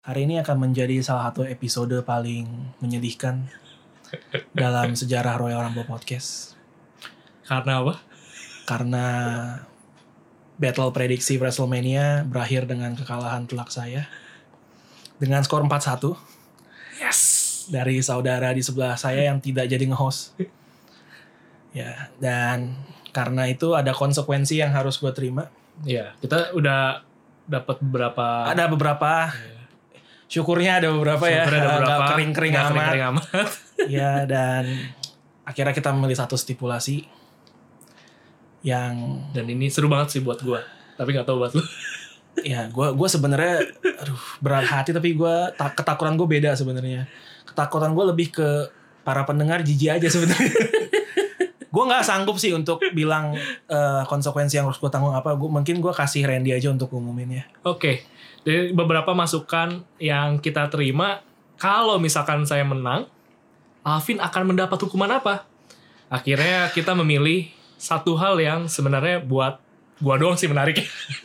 Hari ini akan menjadi salah satu episode paling menyedihkan dalam sejarah Royal Rumble Podcast. Karena apa? Karena battle prediksi WrestleMania berakhir dengan kekalahan telak saya dengan skor 4-1. Yes. Dari saudara di sebelah saya yang tidak jadi nge-host. Ya, dan karena itu ada konsekuensi yang harus gue terima. Ya, kita udah dapat beberapa. Ada beberapa. Ya. Syukurnya ada beberapa ya. Gak kering-kering amat. Ya, dan akhirnya kita memilih satu stipulasi yang, dan ini seru banget sih buat gue. Tapi nggak tahu buat lu. Ya, gue sebenarnya berat hati, tapi ketakutan gue beda sebenarnya. Ketakutan gue lebih ke para pendengar jijik aja sebenarnya. Gue nggak sanggup sih untuk bilang konsekuensi yang harus gue tanggung apa. Mungkin gue kasih Randy aja untuk umumin ya. Oke. Dari beberapa masukan yang kita terima, kalau misalkan saya menang, Alvin akan mendapat hukuman apa? Akhirnya kita memilih satu hal yang sebenarnya buat gua doang sih menarik.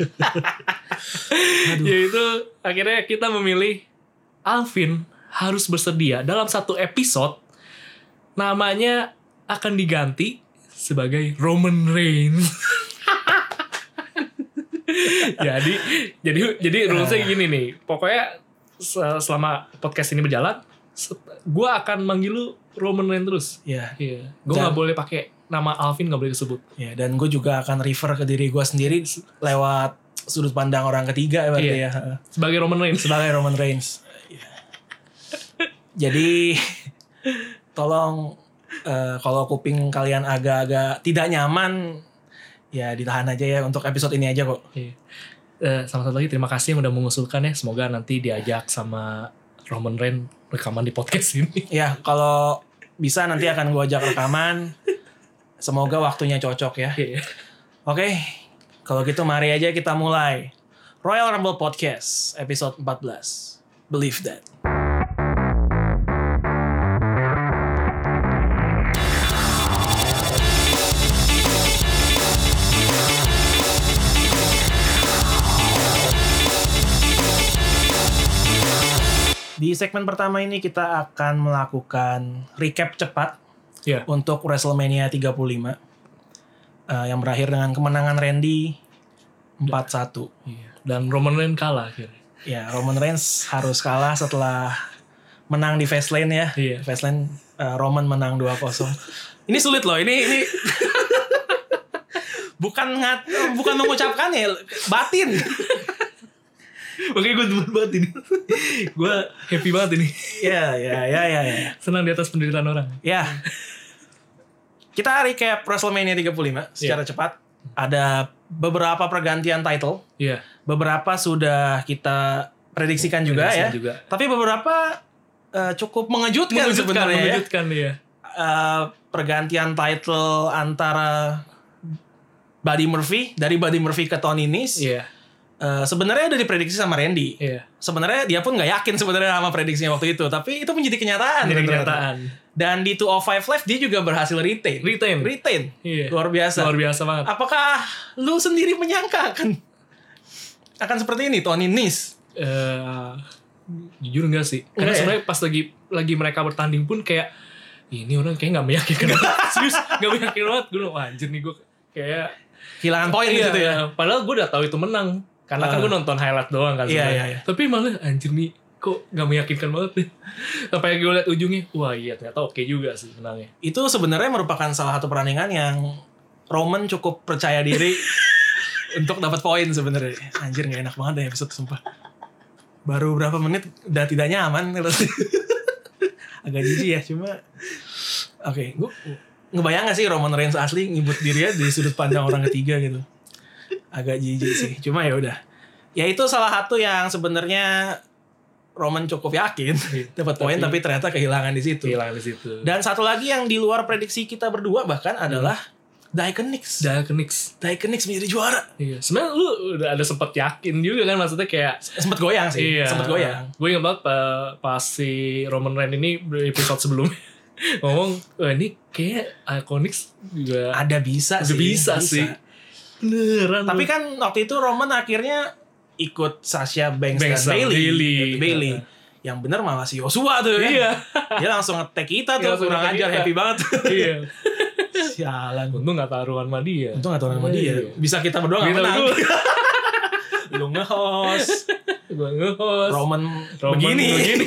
Yaitu akhirnya kita memilih Alvin harus bersedia dalam satu episode namanya akan diganti sebagai Roman Reigns. jadi rulesnya gini nih. Pokoknya selama podcast ini berjalan, gue akan manggil lu Roman Reigns terus. Iya. Gue nggak boleh pakai nama Alvin, nggak boleh disebut. Ya, dan gue juga akan refer ke diri gue sendiri lewat sudut pandang orang ketiga berarti ya. Sebagai Roman Reigns. Sebagai Roman Reigns. Jadi tolong kalau kuping kalian agak-agak tidak nyaman, ya ditahan aja ya untuk episode ini aja kok. Sama satu lagi, terima kasih yang udah mengusulkan ya. Semoga nanti diajak sama Roman Reigns rekaman di podcast ini. Ya, kalau bisa nanti akan gue ajak rekaman. Semoga waktunya cocok ya. Oke, kalau gitu mari aja kita mulai Royal Rumble Podcast episode 14. Believe that. Di segmen pertama ini kita akan melakukan recap cepat untuk WrestleMania 35 yang berakhir dengan kemenangan Randy 4-1. Dan Roman Reigns kalah akhirnya. Ya, Roman Reigns harus kalah setelah menang di Fastlane ya. Fastlane Roman menang 2-0. Ini sulit loh, ini bukan mengucapkan ya, batin. Oke, gue demen banget ini. Gue happy banget ini. Ya. Senang di atas penderitaan orang. Ya. Kita recap WrestleMania 35 secara cepat. Ada beberapa pergantian title. Beberapa sudah kita prediksikan juga ya. Tapi beberapa cukup mengejutkan sebenarnya. Pergantian title antara Buddy Murphy, dari Buddy Murphy ke Tony Nese. Sebenarnya udah diprediksi sama Randy. Sebenarnya dia pun nggak yakin sebenarnya sama prediksinya waktu itu, tapi itu menjadi kenyataan. Dan di 205 Live dia juga berhasil retain. Luar biasa banget. Apakah lu sendiri menyangka akan seperti ini Tony Nese? Jujur enggak sih. Karena sebenarnya pas lagi mereka bertanding pun kayak ini orang kayak nggak meyakinkan banget. Serius nggak meyakinkan banget. Gue anjir nih, gue kayak kehilangan poin gitu ya. Padahal gue udah tahu itu menang. Karena kan gue nonton highlight doang kan sebenarnya. Tapi malah anjir nih, kok gak meyakinkan banget nih. Sampai gue liat ujungnya, wah iya ternyata oke juga sih menangnya. Itu sebenarnya merupakan salah satu pertandingan yang Roman cukup percaya diri untuk dapat poin sebenarnya. Anjir gak enak banget deh episode, sumpah. Baru berapa menit udah tidak nyaman. Agak jijik ya, cuma oke, gue ngebayang gak sih Roman Reigns asli ngibut diri ya di sudut pandang orang ketiga gitu. Agak jijik sih, cuma ya udah. Ya itu salah satu yang sebenarnya Roman cukup yakin dapat poin, tapi ternyata kehilangan di situ. Dan satu lagi yang di luar prediksi kita berdua bahkan adalah Daikonix menjadi juara. Sebenarnya lu udah ada sempat yakin juga kan, maksudnya kayak sempat goyang sih. Gue ingat banget pas si Roman Reigns ini di episode sebelumnya ngomong, ini kayak Iconics juga ada bisa sih. Beneran. Tapi kan waktu itu Roman akhirnya ikut Sasha Banks dan Banks dan Bailey. Bailey. Yang bener malah si Joshua tuh ya. Iya. Dia langsung nge-tag kita tuh, Langsung kurang nge-tag ajar, kita. happy banget. Iya. Sialan. Untung gak taruhan sama dia. Untung gak tahu nama dia. Iya. Bisa kita berdua gak Kita menang. berdua. Lu nge-host. Gue nge-host. Roman begini.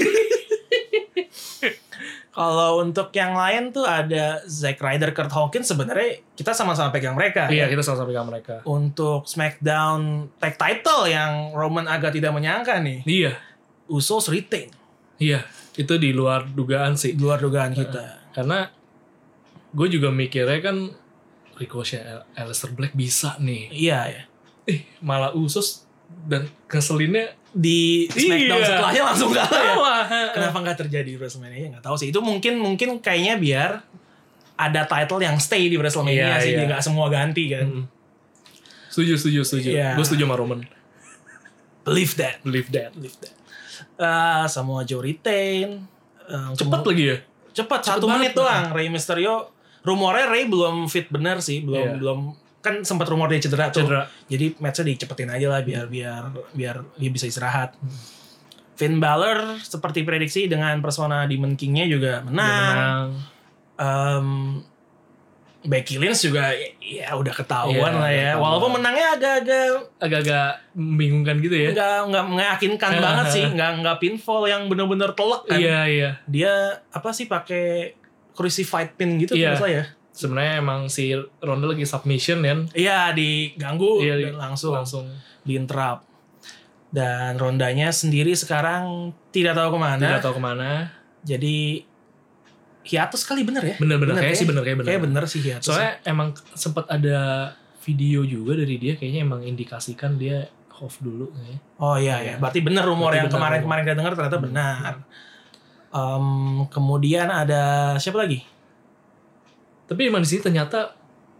Kalau untuk yang lain tuh ada Zack Ryder, Kurt Hawkins, sebenarnya kita sama-sama pegang mereka. Iya, ya. kita sama-sama pegang mereka. Untuk SmackDown Tag Title yang Roman agak tidak menyangka nih. Iya. Usos retain. Iya. Itu di luar dugaan sih. Di luar dugaan kita. Karena gue juga mikirnya kan Ricochet, Aleister Black bisa nih. Iya ya. Malah Usos dan keselinnya Di SmackDown Iya. setelahnya langsung kalah ya. kalah. Kenapa nggak terjadi di WrestleMania? Nggak tahu sih. Itu mungkin kayaknya biar ada title yang stay di WrestleMania Iya, sih. iya. Dia nggak semua ganti kan. Setuju. Iya. Gue setuju sama Roman. Believe that. Believe that. Samoa Joe retain. Cepet lagi ya? Cepat, 1 banget, menit doang. Rey Mysterio. Rumornya Rey belum fit bener sih. Iya. Belum kan sempat rumor dia cedera tuh. Cedera. Jadi matchnya dicepetin aja lah biar dia bisa istirahat. Finn Balor seperti prediksi dengan persona Demon King-nya juga Dia menang. menang. Becky Lynch juga ya udah ketahuan Iya, lah ya. ketahuan. Walaupun menangnya Agak-agak membingungkan gitu ya? nggak meyakinkan banget sih, nggak pinfall yang bener-bener telek kan. Iya. Dia apa sih pakai crucified pin gitu Iya. maksudnya ya? Sebenarnya emang si Ronda lagi submission kan? Iya, diganggu Iya, dan langsung langsung. diinterrupt. Dan Rondanya sendiri sekarang tidak tahu kemana. Tidak tahu kemana. Jadi hiatus kali bener ya? Bener-bener kayak sih bener. Kayak bener sih hiatus. Soalnya emang sempat ada video juga dari dia kayaknya emang indikasikan dia off dulu kayaknya. Oh iya. Berarti bener rumor Berarti yang bener kemarin kita dengar ternyata benar. Kemudian ada siapa lagi? Tapi emang di sini ternyata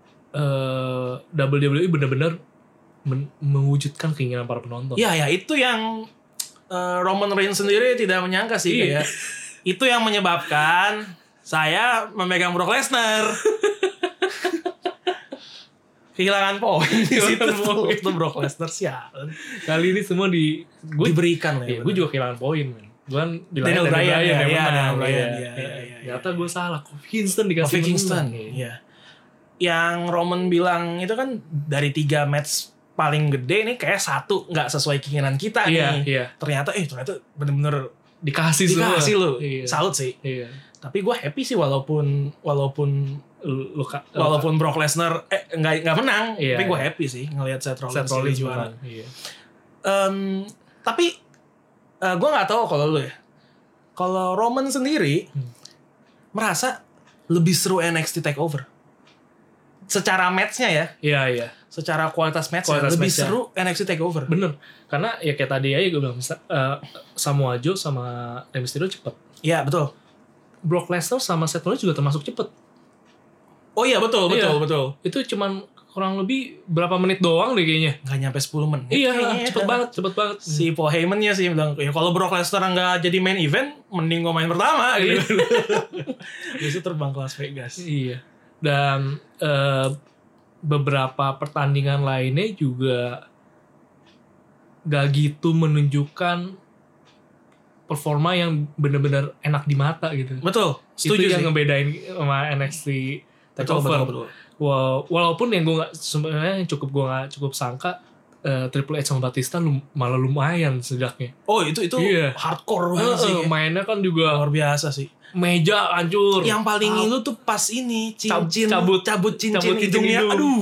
WWE benar-benar mewujudkan keinginan para penonton. Iya, itu yang Roman Reigns sendiri tidak menyangka sih Iya. kayak itu yang menyebabkan saya memegang Brock Lesnar. Kehilangan poin di situ itu Brock Lesnar sialan. Kali ini semua Diberikan lah ya. gue juga kehilangan poin, men. Gue kan Daniel Bryan ya, yang iya, menang. Daniel Bryan, Iya. iya. Ternyata gue salah. Kofi Kingston dikasih Kofi Kingston. menang. Iya. Yang Roman bilang itu kan dari 3 match paling gede nih kayak 1 nggak sesuai keinginan kita nih. Iya. Ternyata bener-bener Dikasih semua. lu. Iya. Salut sih. Iya. Tapi gue happy sih walaupun Luka. Brock Lesnar nggak menang, Iya, tapi gue iya. happy sih ngelihat Seth Rollins, Seth Rollins jadi juara. menang. Iya. Tapi gue nggak tahu kalau lu ya. Kalau Roman sendiri merasa lebih seru NXT Takeover. Secara match-nya ya, Iya. secara kualitas match Kualitas lebih match-nya. seru NXT Takeover. Bener. Karena ya kayak tadi aja gue bilang Samoa Joe sama Rey Mysterio cepet. Iya betul. Brock Lesnar sama Seth Rollins juga termasuk cepet. Oh iya betul. Iya. Betul. Itu cuman kurang lebih berapa menit doang deh kayaknya. Nggak nyampe 10 menit. Iya, kayaknya. cepet banget. Si Paul Heyman-nya sih bilang, ya kalau Brock Lesnar nggak jadi main event, mending gue main pertama gitu. Habis itu terbang ke Las Vegas. Iya. Dan beberapa pertandingan lainnya juga gak gitu menunjukkan performa yang benar-benar enak di mata gitu. Betul, setuju Itu sih. yang ngebedain sama NXT Takeover. Betul. Walaupun yang gue nggak sebenarnya gue nggak cukup sangka Triple H sama Batista malah lumayan sejaknya. Oh itu Iya. hardcore banget sih. Mainnya kan juga Luar biasa sih. meja hancur. Yang paling ngilu tuh pas ini cincin cabut cincin cincin hidungnya. hidung. Aduh.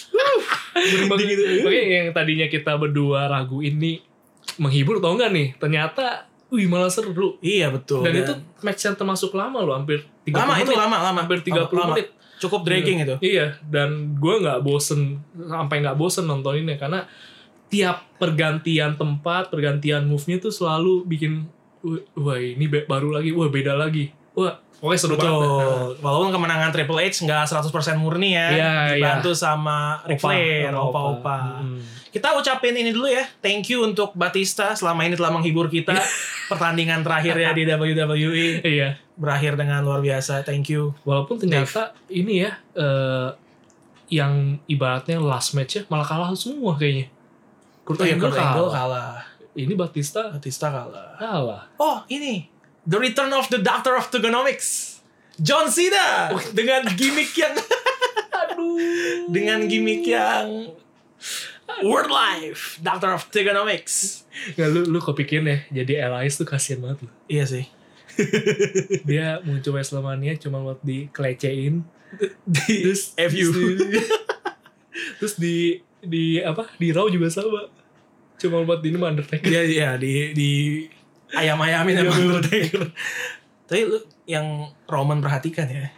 Gitu. Oke, yang tadinya kita berdua ragu ini menghibur atau enggak nih? Ternyata, malah seru. Iya betul. Dan itu match yang termasuk lama loh, hampir 30 lama menit. itu lama. Hampir 30 Lama. menit. Cukup dragging itu. Iya, dan gue nggak bosen, sampai nggak bosen nontoninnya karena tiap pergantian tempat, pergantian move-nya tuh selalu bikin, wah ini baru lagi, wah beda lagi, wah pokoknya seru banget. Betul. Walaupun kemenangan Triple H nggak 100% murni ya. Iya, Dibantu sama Ric Flair, opa-opa. Kita ucapin ini dulu ya. Thank you untuk Batista selama ini telah menghibur kita. Pertandingan terakhirnya di WWE Iya. berakhir dengan luar biasa. Thank you. Walaupun ternyata ini ya, yang ibaratnya last match-nya malah kalah semua kayaknya. Kurt Oh iya, Angle Kurt Angle kalah. kalah. Ini Batista kalah. kalah. Oh, ini The Return of the Doctor of Thugonomics. John Cena dengan gimmick yang Aduh. dengan gimmick yang World Life Doctor of Thugonomics. Nggak, lu kepikirin ya, jadi Elias tuh kasian banget loh. Iya sih. Dia muncul WrestleMania cuma buat dikelecehin. Terus FU. Terus di apa? Di Raw juga sama. Cuma buat ini Undertaker. Iya di ayam-ayamin sama Undertaker. Tapi lu yang Roman perhatikan ya.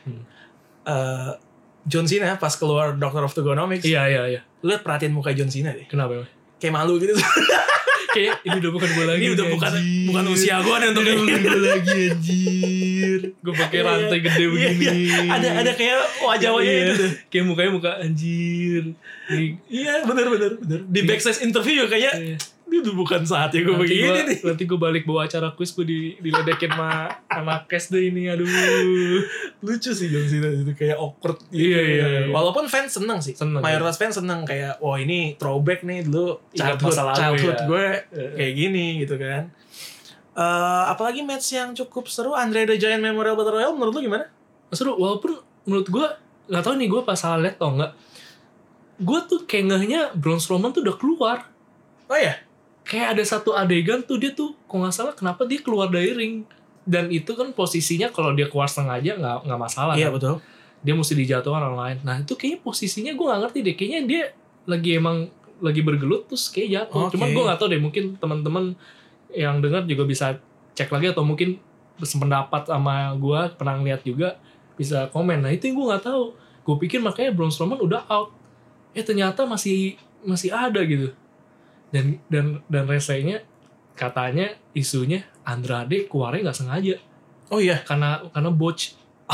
John Cena pas keluar Doctor of Thugonomics. Iya. Lu liat perhatiin muka John Cena deh. Kenapa emang? Kayak malu gitu. Kayak ini udah bukan gue lagi. Ini udah bukan usia gue nih untuk ini. ini. Gue lagi anjir. Gue pakai rantai gede begini. Iya. Ada kayak wajah-wajah itu tuh. Kayak mukanya muka anjir. Iya bener. Di backstage interview juga kayaknya ini udah bukan saatnya gue begini nih. Nanti gue balik bawa acara quiz gue diledekin sama Kes deh ini. Aduh. Lucu sih John Cena itu kayak awkward gitu. Iya. Walaupun fans seneng sih. Mayoritas fans seneng kayak wah ini throwback nih dulu childhood gue kayak gini gitu kan. Apalagi match yang cukup seru, Andre the Giant Memorial Battle Royal menurut lu gimana? Seru, walaupun menurut gue nggak tahu nih gue pas salah liat atau enggak. Gue tuh kayak ngehnya Braun Strowman tuh udah keluar. Oh ya? Kayak ada satu adegan tuh dia tuh kok nggak salah kenapa dia keluar dari ring, dan itu kan posisinya kalau dia keluar sengaja nggak masalah. Iya kan? betul. Dia mesti dijatuhkan orang lain. Nah itu kayaknya posisinya gue nggak ngerti deh. Kayaknya dia lagi bergelut terus kayak jatuh. Okay. Cuman gue nggak tahu deh, mungkin teman-teman yang dengar juga bisa cek lagi atau mungkin bersependapat sama gue pernah ngeliat juga bisa komen. Nah itu yang gue nggak tahu. Gue pikir makanya Braun Strowman udah out. Ternyata masih ada gitu. Dan resenya katanya isunya Andrade keluarnya nggak sengaja. Oh iya. Karena botch.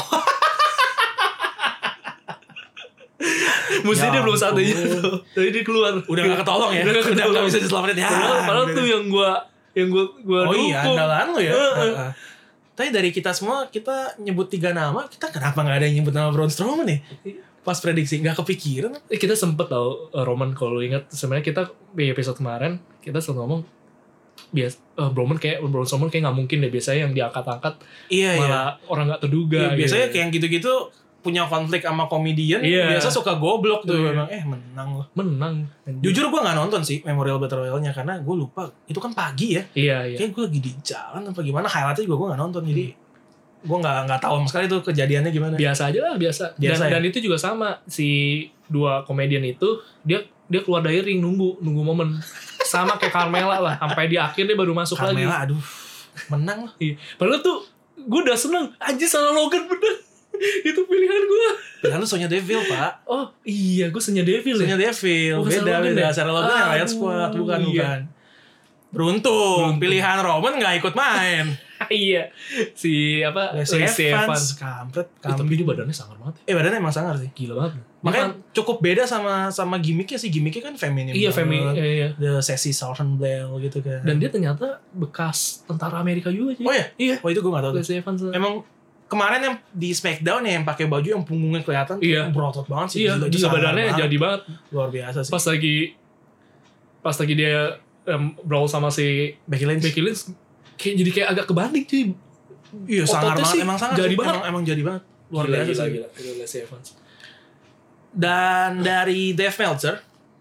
Mesti dia belum saatnya gitu. Tapi dia keluar. Udah gak ketolong ya. Udah gak bisa diselamatin ya. Padahal tuh yang gua oh dukung. iya, andalan lo ya. Tapi dari kita semua, kita nyebut 3 nama, kita kenapa gak ada yang nyebut nama Braun Strowman nih? Pas prediksi, gak kepikiran. Kita sempet tau, Roman kalau ingat, sebenarnya kita di episode kemarin, kita selalu ngomong, Braun Strowman kayak gak mungkin deh, biasanya yang diangkat-angkat, malah orang gak terduga. Iya, biasanya kayak yang gitu-gitu, punya konflik sama komedian, biasa suka goblok tuh. Memang menang loh. Menang. Jujur gue gak nonton sih Memorial Battle Royale-nya, karena gue lupa. Itu kan pagi ya. Iya. Kayak gue lagi di jalan apa gimana, highlight-nya juga gue gak nonton. Jadi gue gak tahu sama sekali tuh kejadiannya gimana. Biasa aja lah, biasa. Dan itu juga sama, si 2 komedian itu, dia keluar dari ring nunggu momen. Sama kayak Carmella lah, sampai di akhir dia baru masuk lagi. Carmella aduh, menang loh. Padahal tuh gue udah seneng, anjir salah Logan bener. Itu pilihan gue. Pilihan lu Sonya Deville pak. Oh iya, gue Sonya Deville. Sonya Deville beda. Sarah Logan yang Riot Squad bukan. Beruntung pilihan Roman gak ikut main. Iya. Si apa? Lacey Evans kampret. Tapi dia badannya sangar banget. Badannya emang sangar sih. Gila banget. Makanya cukup beda sama gimmicknya sih. Gimmicknya kan feminim. Iya feminim. Iya. The Sassy Southern Belle gitu kan. Dan dia ternyata bekas tentara Amerika juga sih. Oh iya? Iya. Oh itu gue gak tau. Lacey Evans. Emang kemarin yang di Smackdown ya, yang pakai baju yang punggungnya kelihatan, berotot banget sih. Iya, juga badannya jadi banget. Luar biasa sih. Pas lagi dia brawl sama si Becky Lynch, jadi kayak agak kebanding cuy. Iya, sangar banget. Emang sangar jadi sih. banget. Emang jadi banget. Luar biasa sih. Gila. Lacey Evans. Dan dari Dave Meltzer,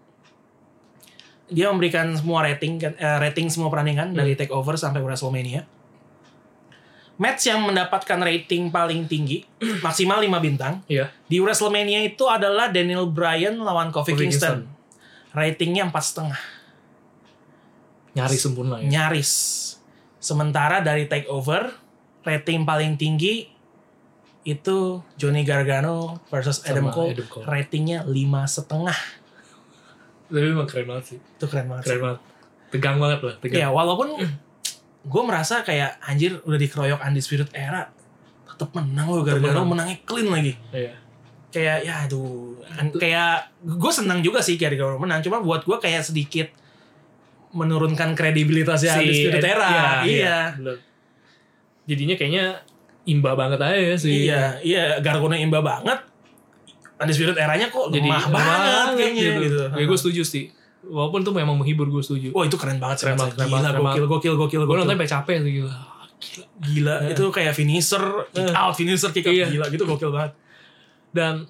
dia memberikan semua rating semua pertandingan dari Takeover sampai WrestleMania. Match yang mendapatkan rating paling tinggi, maksimal 5 bintang. Iya. Di WrestleMania itu adalah Daniel Bryan lawan Kofi Kingston. Ratingnya 4,5. Nyaris sempurna ya. Nyaris. Sementara dari Takeover, rating paling tinggi itu Johnny Gargano versus Adam Cole. Ratingnya 5,5. Tapi emang keren banget sih. Itu keren banget. Tegang banget lah. Ya walaupun gue merasa kayak anjir udah dikeroyok Undisputed Era tetap menang loh, Gargano menangnya clean lagi. Iya. Kayak ya aduh, kayak gue senang juga sih Gargano menang, cuma buat gue kayak sedikit menurunkan kredibilitasnya Undisputed Era. Iya. Jadinya kayaknya imba banget aja sih. Iya, Gargano imba banget. Undisputed Eranya kok lemah banget kayaknya gitu. Ya gue setuju sih. Walaupun itu memang menghibur, gue setuju. Wah itu keren banget sih. Keren banget. Gokil. Gue nonton sampai capek sih, gila. Gila. Itu kayak finisher, kick out, finisher, kick out. Iya. Gila gitu, gokil banget. Dan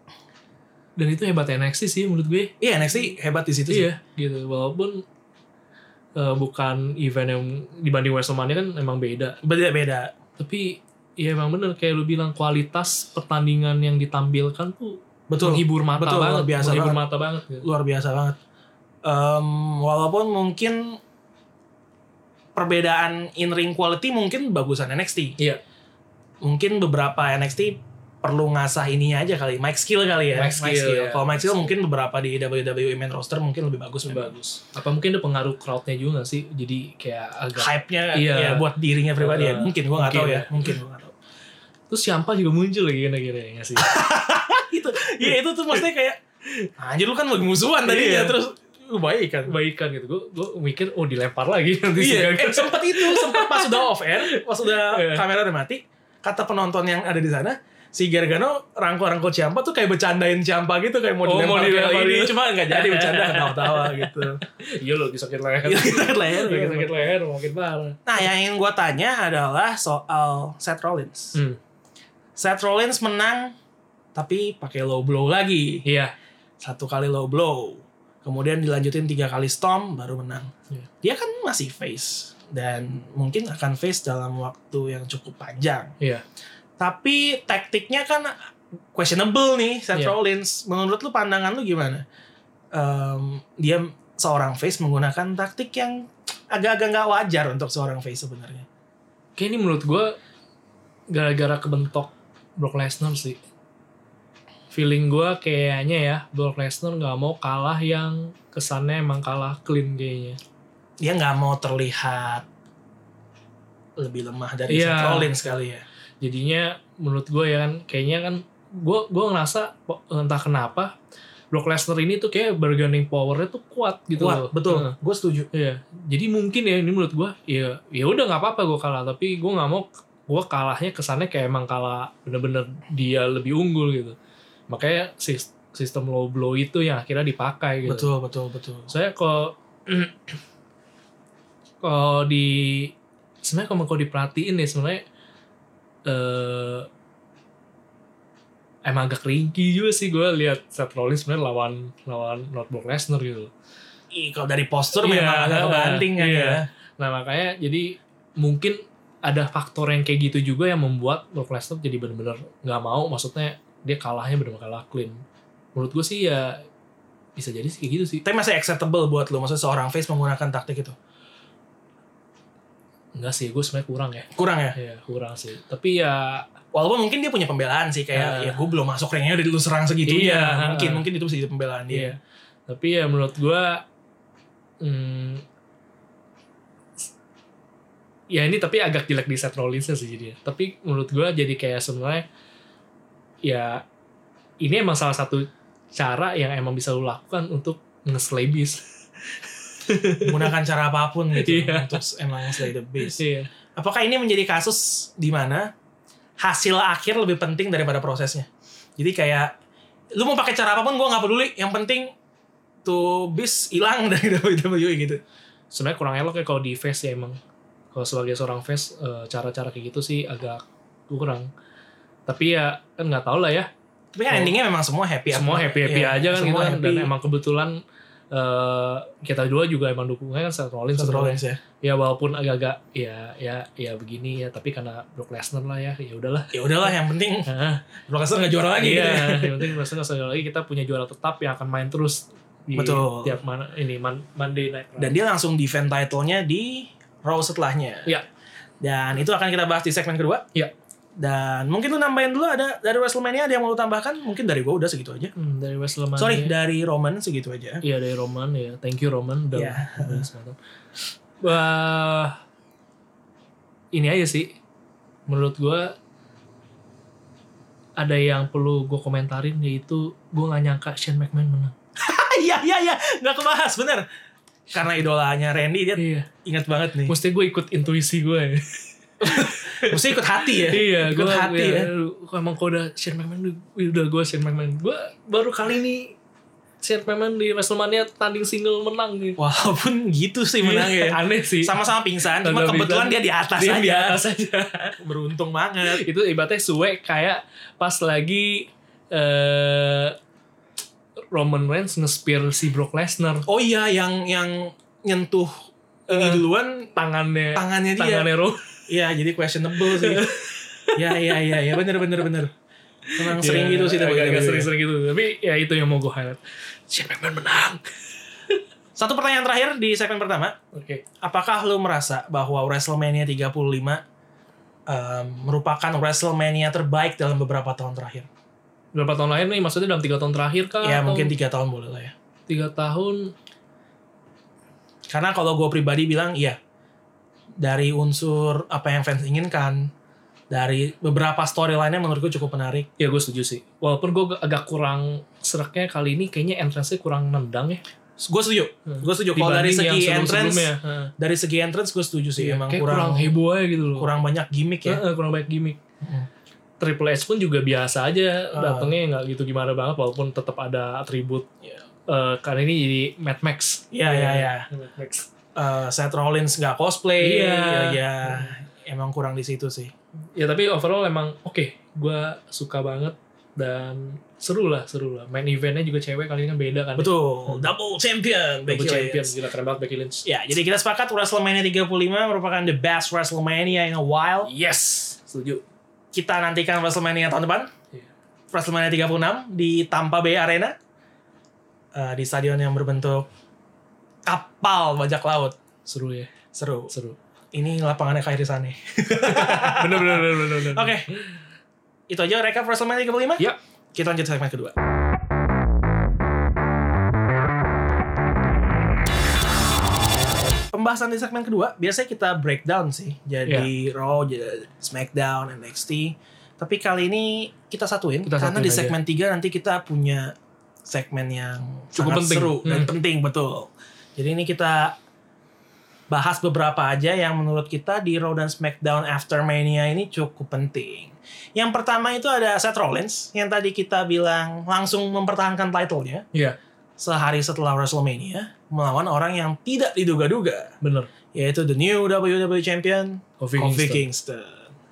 itu hebat NXT sih menurut gue. Iya, NXT hebat di situ sih. Iya, gitu. Walaupun bukan event yang dibanding WrestleMania kan emang beda. Beda. Tapi ya emang bener kayak lu bilang, kualitas pertandingan yang ditampilkan tuh Betul. menghibur mata Betul, banget. luar biasa mata banget. Gitu. Luar biasa banget. Walaupun mungkin perbedaan in-ring quality mungkin bagusan NXT. Iya. Mungkin beberapa NXT perlu ngasah ininya aja kali, mic skill kali ya. Mic skill, ya. Kalau mic skill mungkin beberapa di WWE main roster mungkin lebih bagus. Apa mungkin ada pengaruh crowd-nya juga gak sih? Jadi kayak agak hype-nya iya. ya buat dirinya pribadi ya. Mungkin gue gak tahu ya. Mungkin gue gak tahu. Terus Ciampa juga muncul lagi kira-kira ya gak sih? itu tuh maksudnya kayak anjir lu kan lagi musuhan tadi ya, terus baikan gitu. Gue mikir dilempar lagi nanti. Iya, sempat pas sudah off air, pas sudah kamera udah mati, kata penonton yang ada di sana, si Gargano rangkul Ciampa tuh kayak bercandain Ciampa gitu, kayak mau dilempar ini, cuma nggak jadi bercanda, ketawa-tawa gitu. Iya loh, sakit leher. Sakit leher makin parah. Nah, yang ingin gue tanya adalah soal Seth Rollins. Seth Rollins menang, tapi pakai low blow lagi. Iya. 1 kali low blow, kemudian dilanjutin 3 kali storm, baru menang. Dia kan masih face, dan mungkin akan face dalam waktu yang cukup panjang. Iya. Tapi taktiknya kan questionable nih, Seth Rollins. Menurut lu, pandangan lu gimana? Dia seorang face menggunakan taktik yang agak-agak nggak wajar untuk seorang face sebenarnya. Kayak ini menurut gue gara-gara kebentok Brock Lesnar sih. Feeling gue kayaknya ya, Brock Lesnar nggak mau kalah yang kesannya emang kalah clean kayaknya. Dia nggak mau terlihat lebih lemah dari Seth Rollins kali ya. Jadinya menurut gue ya kan, kayaknya kan gue ngerasa entah kenapa Brock Lesnar ini tuh kayak bargaining powernya tuh kuat gitu. Kuat, betul. Gue setuju. Iya. Jadi mungkin ya ini menurut gue ya udah nggak apa-apa gue kalah, tapi gue nggak mau gue kalahnya kesannya kayak emang kalah bener-bener dia lebih unggul gitu. Makanya sistem low blow itu yang akhirnya dipakai gitu. Betul. Saya kalau sebenarnya kalau diperhatiin nih sebenarnya emang agak ringkih juga sih gue lihat Seth Rollins sebenarnya lawan Brock Lesnar gitu. Kalau dari postur memang agak kebanting kan ya. Nah makanya jadi mungkin ada faktor yang kayak gitu juga yang membuat Brock Lesnar jadi benar-benar nggak mau, maksudnya dia kalahnya benar-benar kalah clean. Menurut gue sih ya bisa jadi sih kayak gitu sih. Tapi masih acceptable buat lo, maksudnya seorang face menggunakan taktik itu? Enggak sih, gue sebenarnya kurang ya. Kurang ya? Iya, kurang sih. Tapi ya walaupun mungkin dia punya pembelaan sih, kayak ya gue belum masuk ringnya udah lu serang segitunya. Mungkin itu bisa jadi pembelaan dia. Iya. Tapi ya menurut gue ya ini tapi agak jelek di Seth Rollins sih jadinya. Tapi menurut gue jadi kayak sebenarnya ya ini emang salah satu cara yang emang bisa lu lakukan untuk nge-slay beast. Menggunakan cara apapun gitu untuk emang slay the beast. Iya. Apakah ini menjadi kasus di mana hasil akhir lebih penting daripada prosesnya? Jadi kayak lu mau pakai cara apapun gue nggak peduli, yang penting tuh beast hilang dari WWE gitu. Sebenarnya kurang elok ya kalau di face ya emang. Kalau sebagai seorang face cara-cara kayak gitu sih agak kurang. Tapi ya kan nggak tahu lah ya. Tapi kan endingnya memang semua happy. Semua happy aja kan gitu. Happy. Dan emang kebetulan kita dua juga emang dukungnya kan Seth Rollins ya. Ya walaupun agak-agak ya begini ya, tapi karena Brock Lesnar lah ya udahlah yang penting Brock Lesnar nggak juara lagi gitu ya. Yang penting Brock Lesnar nggak juara lagi, kita punya juara tetap yang akan main terus di tiap Monday Night. Dan dia langsung defend title-nya di Raw setelahnya. Iya. Dan itu akan kita bahas di segmen kedua. Iya. Dan mungkin lu nambahin dulu, ada dari WrestleMania ada yang mau lu tambahkan? Mungkin dari gue udah segitu aja. Dari WrestleMania. Sorry, dari Roman segitu aja. Iya, dari Roman ya. Thank you Roman. Ini aja sih. Menurut gue ada yang perlu gue komentarin, yaitu gue gak nyangka Shane McMahon menang. Iya. Gak kebahas, bener. Karena idolanya Randy, dia ingat banget nih. Mesti gue ikut intuisi gue ya. Mesti ikut hati ya. Iya, ikut hati ya. Emang kalau udah Shane McMahon, udah gue Shane McMahon. Gue baru kali ini Shane McMahon di WrestleMania tanding single menang gitu. Walaupun gitu sih menangnya. Aneh sih. Sama-sama pingsan, cuma Sama-sama kebetulan pingsan. dia di atas Dia aja. di atas aja. Beruntung banget. Itu ibaratnya suwe kayak pas lagi Roman Reigns nge-spear si Brock Lesnar. Oh iya, yang nyentuh ini duluan Tangannya dia. Roman. Iya, jadi questionable sih. Ya, bener. Memang sering gitu sih. Agak sering gitu. Tapi ya itu yang mau gue highlight. Shane McMahon menang. Satu pertanyaan terakhir di segmen pertama. Oke. Apakah lu merasa bahwa WrestleMania 35 merupakan WrestleMania terbaik dalam beberapa tahun terakhir? Berapa tahun lahir nih? Maksudnya dalam 3 tahun terakhir kah? Ya, atau mungkin 3 tahun boleh lah ya. 3 tahun. Karena kalau gue pribadi bilang, iya. Dari unsur apa yang fans inginkan, dari beberapa storyline-nya menurut gue cukup menarik. Ya gue setuju sih. Walaupun gue agak kurang seraknya kali ini kayaknya entrance-nya kurang nendang ya. Gue setuju. Kalau dari Dibanding segi yang entrance, sebelum-sebelumnya. dari segi entrance gue setuju sih. Iya, Emang kayak kurang heboh aja gitu loh. kurang banyak gimmick ya. Kurang banyak gimmick. Triple H pun juga biasa aja datangnya nggak gitu gimana banget walaupun tetap ada atribut. Karena ini jadi Mad Max. Iya. Mad Max. Seth Rollins nggak cosplay. Iya. Ya, emang kurang di situ sih. Ya tapi overall emang oke. Gue suka banget dan seru lah. Main eventnya juga cewek kali ini kan beda kan. Betul. Double champion. Double Becky champion. Lynch. Gila keren banget Becky Lynch. Ya, jadi kita sepakat WrestleMania 35 merupakan the best WrestleMania in a while. Yes. Setuju. Kita nantikan WrestleMania tahun depan. Iya. WrestleMania 36 di Tampa Bay Arena. Di stadion yang berbentuk kapal bajak laut. Seru ya. Seru. Ini lapangannya Kairi Sane. Bener. Oke. Itu aja recap WrestleMania 35. Ya. Kita lanjut segmen kedua. Pembahasan di segmen kedua biasanya kita breakdown sih. Jadi Raw, jadi SmackDown, NXT. Tapi kali ini kita satuin karena di segmen 3 nanti kita punya segmen yang cukup sangat penting. seru dan penting, betul. Jadi ini kita bahas beberapa aja yang menurut kita di Raw dan SmackDown After Mania ini cukup penting. Yang pertama itu ada Seth Rollins yang tadi kita bilang langsung mempertahankan title-nya. Iya. Sehari setelah WrestleMania melawan orang yang tidak diduga-duga, Bener. yaitu the new WWE Champion Kofi Kingston.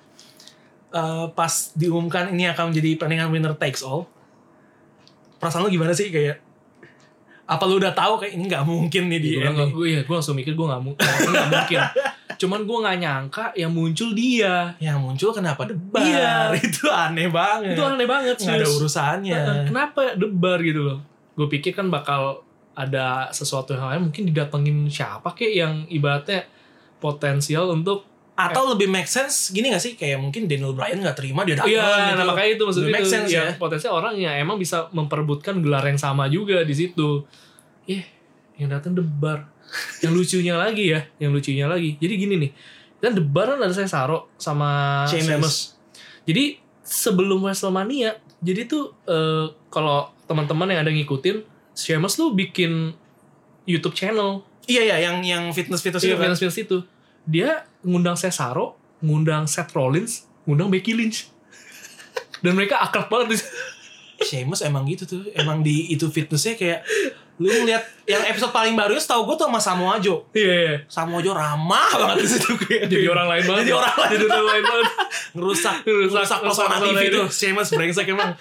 Pas diumumkan ini akan menjadi pertandingan winner takes all, perasaan lu gimana sih? Kayak apa lu udah tahu kayak ini nggak mungkin nih di Gue langsung mikir gue nggak mungkin. Cuman gue nggak nyangka yang muncul dia. Yang muncul kenapa debar? Iya. Itu aneh banget. Itu aneh banget. Nggak ada urusannya. Kenapa debar gitu loh? Gue pikir kan bakal ada sesuatu yang lain. Mungkin didatengin siapa kayak yang ibaratnya potensial untuk Atau lebih make sense gini gak sih? Kayak mungkin Daniel Bryan gak terima dia datang iya, gitu. nah makanya itu maksudnya make itu sense ya. potensial orang yang emang bisa memperebutkan gelar yang sama juga di situ. Yang datang debar. Yang lucunya lagi. Jadi gini nih. Kan debar kan ada saya Cesaro sama Sheamus. Jadi sebelum WrestleMania, jadi tuh kalau teman-teman yang ada ngikutin, Sheamus tuh bikin YouTube channel. Iya yang fitness itu kan. Fitness itu. Dia ngundang Cesaro, ngundang Seth Rollins, ngundang Becky Lynch. Dan mereka akrab banget. Sheamus emang gitu tuh. Emang di itu fitnessnya kayak lu ngeliat yang episode paling baru setahu gue tuh sama Samoa Joe. Iya. Samoa Joe ramah banget di situ kayak. Jadi orang lain banget. Jadi orang lain banget. ngerusak pesona TV tuh. Sheamus brengsek emang.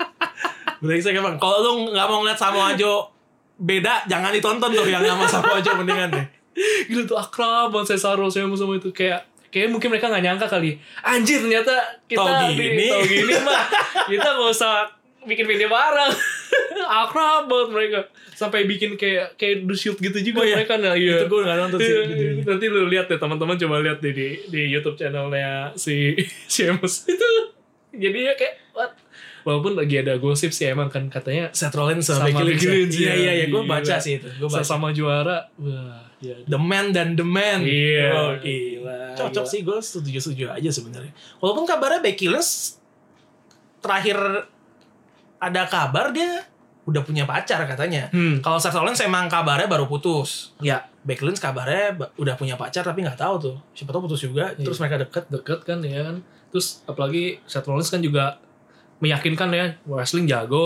Kalau lu nggak mau ngeliat Samoa Joe beda, jangan ditonton tuh yang sama Samoa Joe mendingan deh. Gila tuh akrab banget Cesaro sama itu kayak mungkin mereka nggak nyangka kali. Anjir ternyata kita tau gini mah kita nggak usah bikin video bareng. Akrab banget mereka sampai bikin kayak do shoot gitu juga mereka. Nah, iya. Itu gue nggak nonton sih. Nanti lu lihat deh teman-teman, coba lihat deh di YouTube channelnya si Sheamus itu. Jadinya kayak what? Walaupun lagi ada gosip sih emang kan katanya Seth Rollins sama Becky Lynch. Iya, gue baca sih itu. Sama juara. Wah, ya. The Man dan The Man. Iya. Oh, gila. Cocok sih, gue setuju aja sebenarnya. Walaupun kabarnya Becky Lynch terakhir ada kabar dia udah punya pacar katanya. Kalau Seth Rollins emang kabarnya baru putus. Ya, Becky Lynch kabarnya udah punya pacar tapi nggak tahu tuh. Siapa tahu putus juga. Terus mereka deket kan ya kan. Terus apalagi Seth Rollins kan juga meyakinkan ya wrestling jago.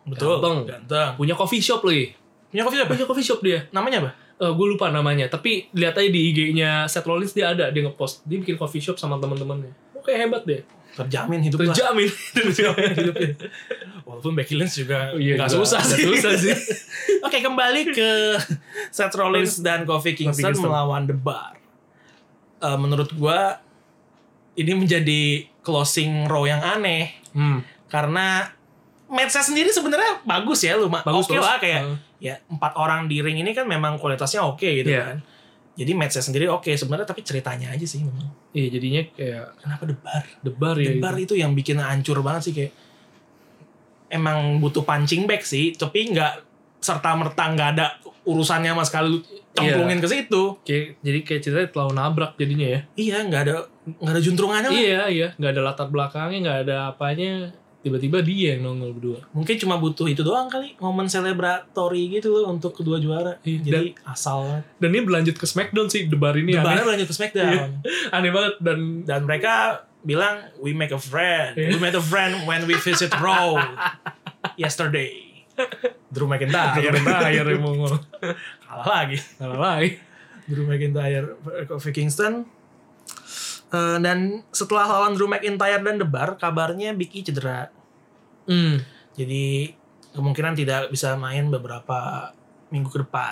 Betul. Ganteng. Punya coffee shop lagi. Punya coffee shop? Punya coffee shop dia. Namanya apa? Gue lupa namanya. Tapi lihat aja di IG-nya Seth Rollins dia ada. Dia ngepost. Dia bikin coffee shop sama teman-temannya. Kayak hebat deh. Terjamin hidup lah. Terjamin hidupnya. Walaupun Becky Lynch juga nggak susah sih. Oke, kembali ke Seth Rollins dan Kofi Kingston melawan The Bar. Menurut gua ini menjadi closing Raw yang aneh. Karena match-nya sendiri sebenarnya bagus ya, oke lah kayak ya 4 orang di ring ini kan memang kualitasnya oke gitu kan. Jadi match-nya sendiri oke sebenarnya, tapi ceritanya aja sih memang. Iya, jadinya kayak kenapa The Bar ya. The Bar itu yang bikin hancur banget sih, kayak emang butuh punching bag sih, tapi nggak serta-merta nggak ada urusannya sama sekali cemplungin ke situ. Jadi kayak ceritanya terlalu nabrak jadinya ya. Iya, nggak ada juntrungannya lah. Iya, nggak ada latar belakangnya, nggak ada apanya. Tiba-tiba dia yang nongol berdua. Mungkin cuma butuh itu doang kali, momen celebratory gitu loh untuk kedua juara. Jadi asal. Dan ini berlanjut ke SmackDown sih, The Bar ini. The Bar berlanjut ke SmackDown. Aneh banget. Dan mereka bilang we make a friend. We made a friend when we visit Raw yesterday. Drew McIntyre yang mau kalah lagi. Drew McIntyre, Kofi Kingston. Dan setelah lawan Drew McIntyre dan The Bar, kabarnya Big E cedera. Jadi kemungkinan tidak bisa main beberapa minggu ke depan.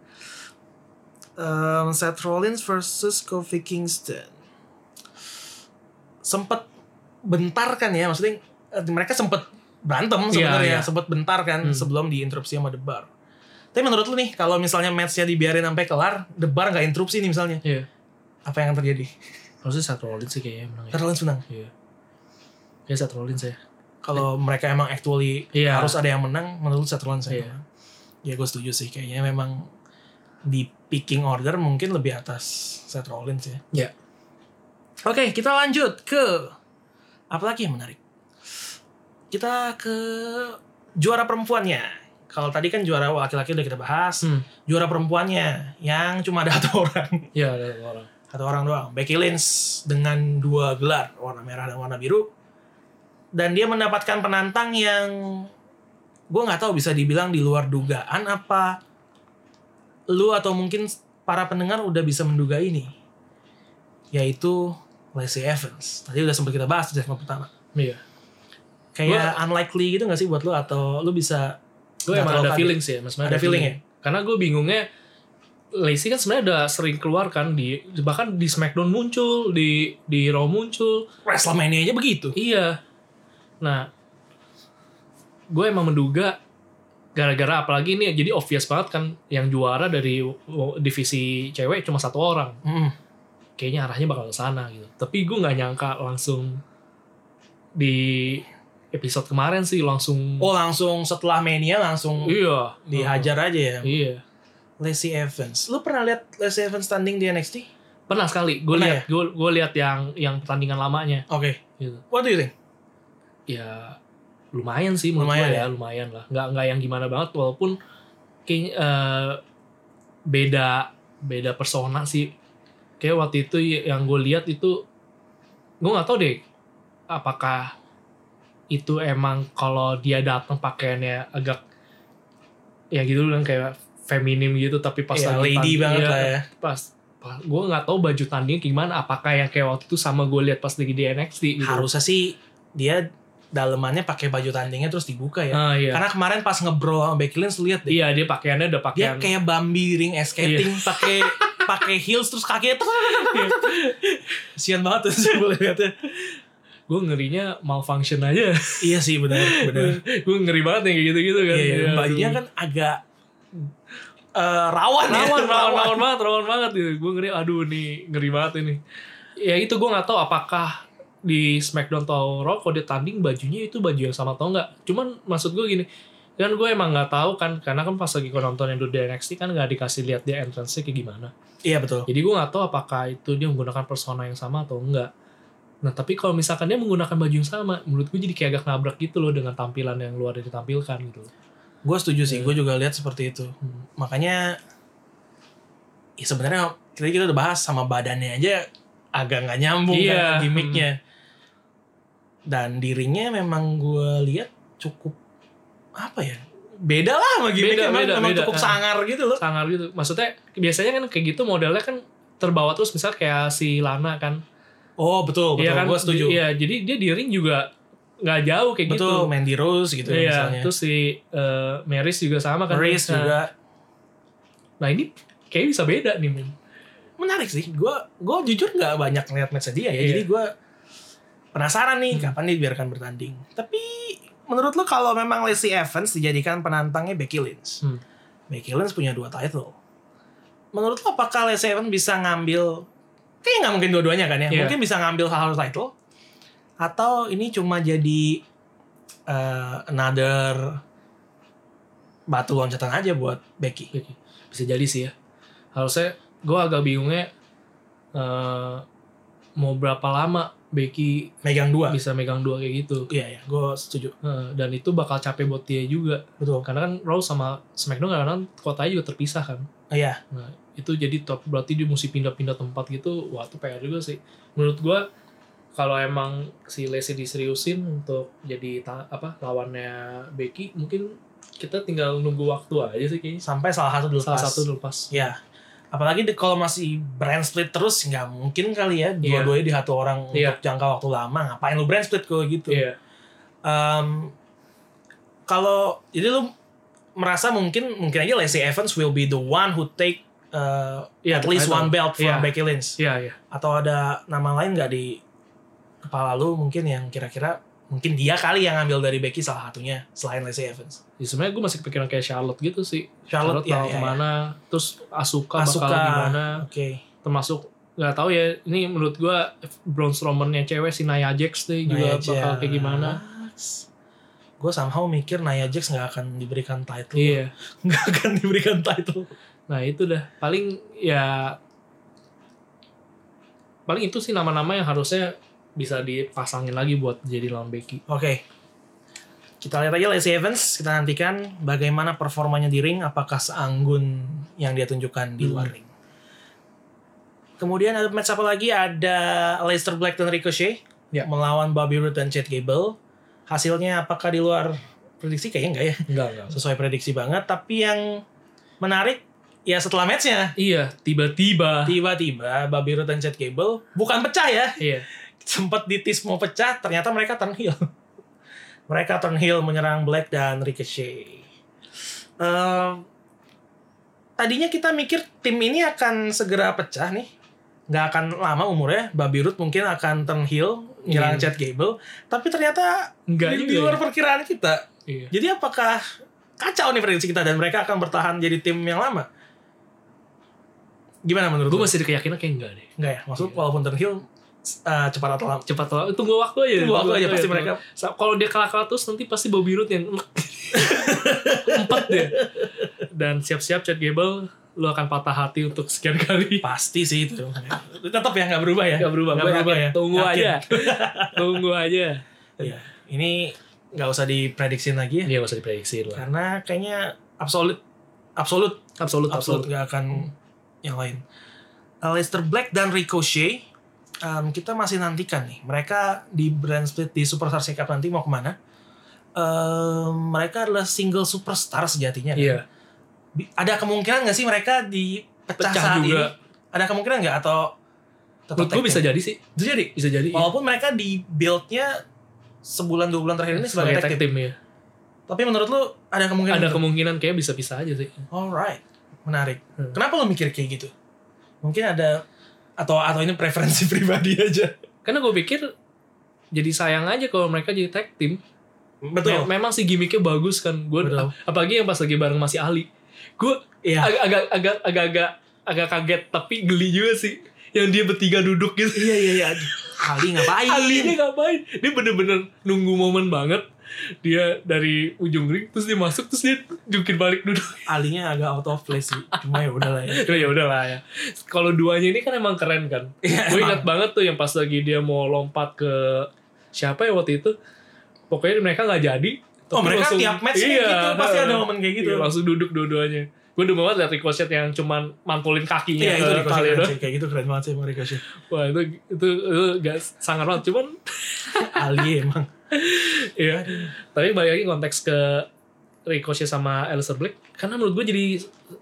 Seth Rollins versus Kofi Kingston. Sempet bentar kan ya, maksudnya mereka sempet berantem sebenarnya, sempet bentar kan sebelum diinterupsi sama The Bar. Tapi menurut lu nih, kalau misalnya match-nya dibiarin sampai kelar, The Bar nggak interupsi nih misalnya, apa yang akan terjadi? Harusnya Seth Rollins sih kayaknya menang. Seth Rollins menang? Iya. Kayak Seth Rollins ya. Kalau mereka emang actually harus ada yang menang, menurut Seth Rollins ya. Ya gue setuju sih, kayaknya memang di picking order mungkin lebih atas Seth Rollins ya. Iya. Oke, kita lanjut ke apa lagi yang menarik? Kita ke juara perempuannya. Kalau tadi kan juara laki-laki udah kita bahas. Juara perempuannya yang cuma ada 1 orang. Iya, ada 1 orang. 1 orang doang. Becky Lynch dengan 2 gelar, warna merah dan warna biru. Dan dia mendapatkan penantang yang gue nggak tahu bisa dibilang di luar dugaan apa lu atau mungkin para pendengar udah bisa menduga ini, yaitu Lacey Evans. Tadi udah sempat kita bahas di segmen pertama. Iya. Kayak unlikely gitu gak sih buat lu, atau lu bisa? Gue emang ada feeling sih, ada feeling ya. Karena gue bingungnya Lacey kan sebenarnya udah sering keluar kan, bahkan di SmackDown muncul, di Raw muncul, WrestleMania aja begitu. Iya. Nah, gue emang menduga gara-gara apalagi ini jadi obvious banget kan, yang juara dari divisi cewek cuma 1 orang. Kayaknya arahnya bakal ke sana gitu. Tapi gue nggak nyangka langsung di episode kemarin sih langsung. Oh, langsung setelah Mania langsung. Iya. Dihajar aja ya. Iya. Lacey Evans. Lu pernah lihat Lacey Evans tanding di NXT? Pernah sekali. Gue lihat. Gue lihat yang pertandingan lamanya. Oke. Gitu. What do you think? Ya lumayan sih menurut gue ya, lumayan lah. Nggak yang gimana banget, walaupun kayaknya beda persona sih. Kayak waktu itu yang gue lihat itu, gue nggak tahu deh apakah itu emang kalau dia datang pakaiannya agak ya gitu kan, kayak feminim gitu, tapi pas lady banget lah ya. Pas gue nggak tahu baju tanding gimana, apakah yang kayak waktu itu sama gue lihat pas lagi di NXT gitu. Harusnya sih dia dalemannya pakai baju tandingnya terus dibuka ya. Iya. Karena kemarin pas nge-brawl sama Becky Lynch lihat deh. Iya, dia pakaiannya udah pakaian. Dia kayak Bambi di ring skating, pakai heels terus kakinya tuh. Kasian banget tuh gue liatnya. Gue ngerinya malfunction aja. Iya sih, benar. Gue ngeri banget yang gitu-gitu kan. Iya, bajunya kan agak rawan banget gitu. Gue ngeri, aduh nih ngeri banget ini. Ya itu gue nggak tahu apakah di SmackDown atau Raw kalau dia tanding bajunya itu baju yang sama atau enggak. Cuman maksud gue gini, kan gue emang nggak tahu kan, karena kan pas lagi gue nonton yang di NXT kan nggak dikasih lihat dia entrance-nya kayak gimana. Iya betul. Jadi gue nggak tahu apakah itu dia menggunakan persona yang sama atau enggak. Nah tapi kalau misalkan dia menggunakan baju yang sama, menurut gue jadi kayak agak nabrak gitu loh dengan tampilan yang luar dari ditampilkan gitu. Gue setuju sih, gue juga lihat seperti itu. Makanya ya sebenarnya kita udah bahas sama badannya aja agak nggak nyambung kan gimmicknya. Dan dirinya memang gue lihat cukup apa ya? Beda lah sama gimmick, emang cukup sangar gitu loh. Sangar gitu. Maksudnya biasanya kan kayak gitu modelnya kan terbawa terus, misal kayak si Lana kan. Oh betul, Iya kan? Gue setuju. Iya, jadi dia di ring juga nggak jauh kayak gitu. Betul, Mandy Rose gitu iya, misalnya. Terus si Maryse juga sama kan. Maryse juga. Nah ini kayak bisa beda nih, men. Menarik sih. Gue jujur nggak banyak ngeliat match dia ya. Jadi gue penasaran nih kapan dibiarkan bertanding. Tapi menurut lo kalau memang Lacey Evans dijadikan penantangnya Becky Lynch, Becky Lynch punya 2 title. Menurut lo apakah Lacey Evans bisa ngambil? Kayaknya nggak mungkin dua-duanya kan ya. Mungkin bisa ngambil hal-hal title. Atau ini cuma jadi another batu loncatan aja buat Becky. Bisa jadi sih ya. Harusnya gue agak bingungnya mau berapa lama Becky megang 2 bisa megang 2 kayak gitu. Iya, gue setuju. Dan itu bakal capek buat dia juga. Betul. Karena kan Raw sama SmackDown kadang-kadang kotanya juga terpisah kan. Iya. Nah itu jadi top, berarti dia mesti pindah-pindah tempat gitu. Wah itu PR juga sih. Menurut gue kalau emang si Lacey diseriusin untuk jadi lawannya Becky, mungkin kita tinggal nunggu waktu aja sih kayaknya. Sampai salah satu lepas. Ya. Apalagi kalau masih brand split terus, nggak mungkin kali ya dua-duanya di satu orang untuk jangka waktu lama. Ngapain lu brand split kalau gitu? Kalau jadi lu merasa mungkin aja Lacey Evans will be the one who take at least one belt from Becky Lynch. Atau ada nama lain nggak di kepala lu mungkin yang kira-kira mungkin dia kali yang ngambil dari Becky salah satunya selain Lacey Evans? Ya sebenarnya gue masih kepikiran kayak Charlotte gitu sih. Charlotte kemana? Terus Asuka bakal gimana? Termasuk nggak tahu ya. Ini menurut gue Braun Strowman-nya cewek si Nia Jax deh juga bakal kayak gimana? Gue somehow mikir Nia Jax nggak akan diberikan title. Iya. Nggak akan diberikan title. Nah itu dah paling itu sih nama-nama yang harusnya bisa dipasangin lagi buat jadi lawan Becky. Oke. Kita lihat aja Lacey Evans, kita nantikan bagaimana performanya di ring, apakah seanggun yang dia tunjukkan di luar ring. Kemudian ada match apa lagi? Ada Aleister Black dan Ricochet melawan Bobby Roode dan Chad Gable. Hasilnya apakah di luar prediksi? Kayaknya enggak ya. Enggak. Sesuai prediksi banget, tapi yang menarik ya setelah matchnya. Iya, tiba-tiba Bobby Roode dan Chad Gable bukan pecah ya. Iya. Sempat ditis mau pecah, ternyata mereka turn heel. Mereka turn heel menyerang Black dan Ricochet. Tadinya kita mikir tim ini akan segera pecah nih. Nggak akan lama umurnya. Bobby Roode mungkin akan turn heel menyerang Chad Gable. Tapi ternyata di luar perkiraan kita. Iya. Jadi apakah kacau nih prediksi kita dan mereka akan bertahan jadi tim yang lama? Gimana menurut lu? Gue masih keyakinan kayak enggak deh. Enggak ya? Maksud walaupun turn heel cepat atau lambat? Tunggu waktu aja pasti mereka. Kalau dia kalah terus nanti pasti Bobby Roode yang empat deh. Dan siap-siap Chad Gable, lu akan patah hati untuk sekian kali. Pasti sih itu. Tetap ya nggak berubah ya. Nggak berubah ya. Tunggu aja. Ya, ini nggak usah diprediksi lagi ya. Iya nggak usah diprediksi lah. Karena kayaknya absolut nggak akan yang lain. Aleister Black dan Ricochet. Kita masih nantikan nih mereka di brand split di Superstar Shake-Up nanti mau kemana. Mereka adalah single superstar sejatinya kan? Iya. Ada kemungkinan nggak sih mereka dipecah saat juga. Ini ada kemungkinan nggak atau menurut gue bisa jadi sih. Bisa jadi walaupun mereka di build-nya sebulan 2 bulan terakhir ini sebagai tag team ya. Tapi menurut lu ada kemungkinan kayak bisa-bisa aja sih. Alright, menarik. Kenapa lu mikir kayak gitu? Mungkin ada atau ini preferensi pribadi aja. Karena gue pikir jadi sayang aja kalau mereka jadi tag team. Betul. Memang sih gimmicknya bagus kan. Gue apalagi yang pas lagi bareng masih Ali. Gue agak kaget tapi geli juga sih. Yang dia bertiga duduk gitu. Iya. Ali ngapain? Dia bener-bener nunggu momen banget. Dia dari ujung ring terus dia masuk terus dia jungkir balik duduk. Alinya agak out of place sih. Cuma ya udahlah ya. Kalau duanya ini kan emang keren kan. Gue ingat banget tuh yang pas lagi dia mau lompat ke siapa ya waktu itu. Pokoknya mereka nggak jadi. Mereka langsung, tiap match gitu pasti ada momen kayak gitu. Iya, langsung duduk dua-duanya. Gue udah banget liat Ricochet yang cuman mantulin kakinya. Iya itu Ricochet kayak gitu keren banget sih sama Ricochet. Wah itu gak sangat banget cuman Ali emang. Iya. Tapi balik lagi konteks ke Ricochet sama Aleister Black, karena menurut gue jadi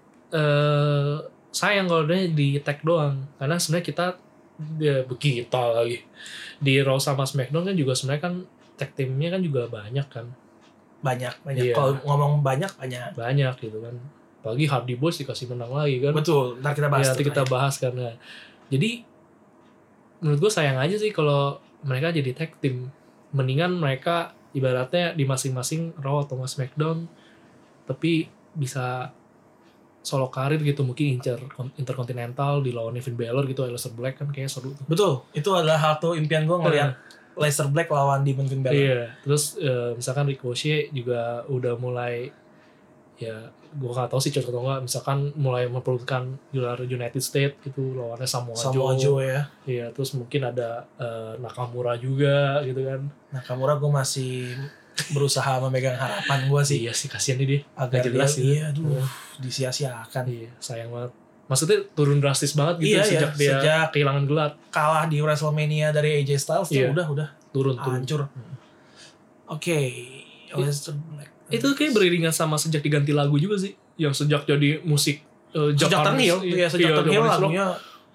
sayang kalau dia di tag doang, karena sebenarnya kita lagi di Raw sama SmackDown kan juga sebenarnya kan tag teamnya kan juga banyak kan. Banyak. Iya. Kalau ngomong banyak gitu kan. Apalagi Hardy Boys dikasih menang lagi kan. Betul, ntar kita bahas. Ya, nanti kita bahas karena jadi menurut gue sayang aja sih kalau mereka jadi tag team. Mendingan mereka ibaratnya di masing-masing Raw atau SmackDown tapi bisa solo karir gitu, mungkin Intercontinental dilawan Finn Balor gitu, Aleister Black kan kayak seru tuh. Betul, itu adalah satu impian gue ngeliat Aleister Black lawan Demon Finn Balor. Iya, terus misalkan Ricochet juga udah mulai, ya gue gak tau sih cocok atau enggak, misalkan mulai memperlukan gelar United States gitu, lawannya Samoa Joe ya. Iya, terus mungkin ada Nakamura juga gitu kan. Nakamura gue masih berusaha memegang harapan gue sih. Iya sih, kasihan nih dia. Agak jelas sih. Iya, aduh, disia-siakan. Iya, sayang banget. Maksudnya turun drastis banget gitu sejak dia kehilangan gelar. Kalah di WrestleMania dari AJ Styles tuh udah turun hancur. Oke, Aleister Black. Itu kayak beriringan sama sejak diganti lagu juga sih. Yang sejak jadi musik sejak Turnhill. Iya, sejak Turnhill lagunya.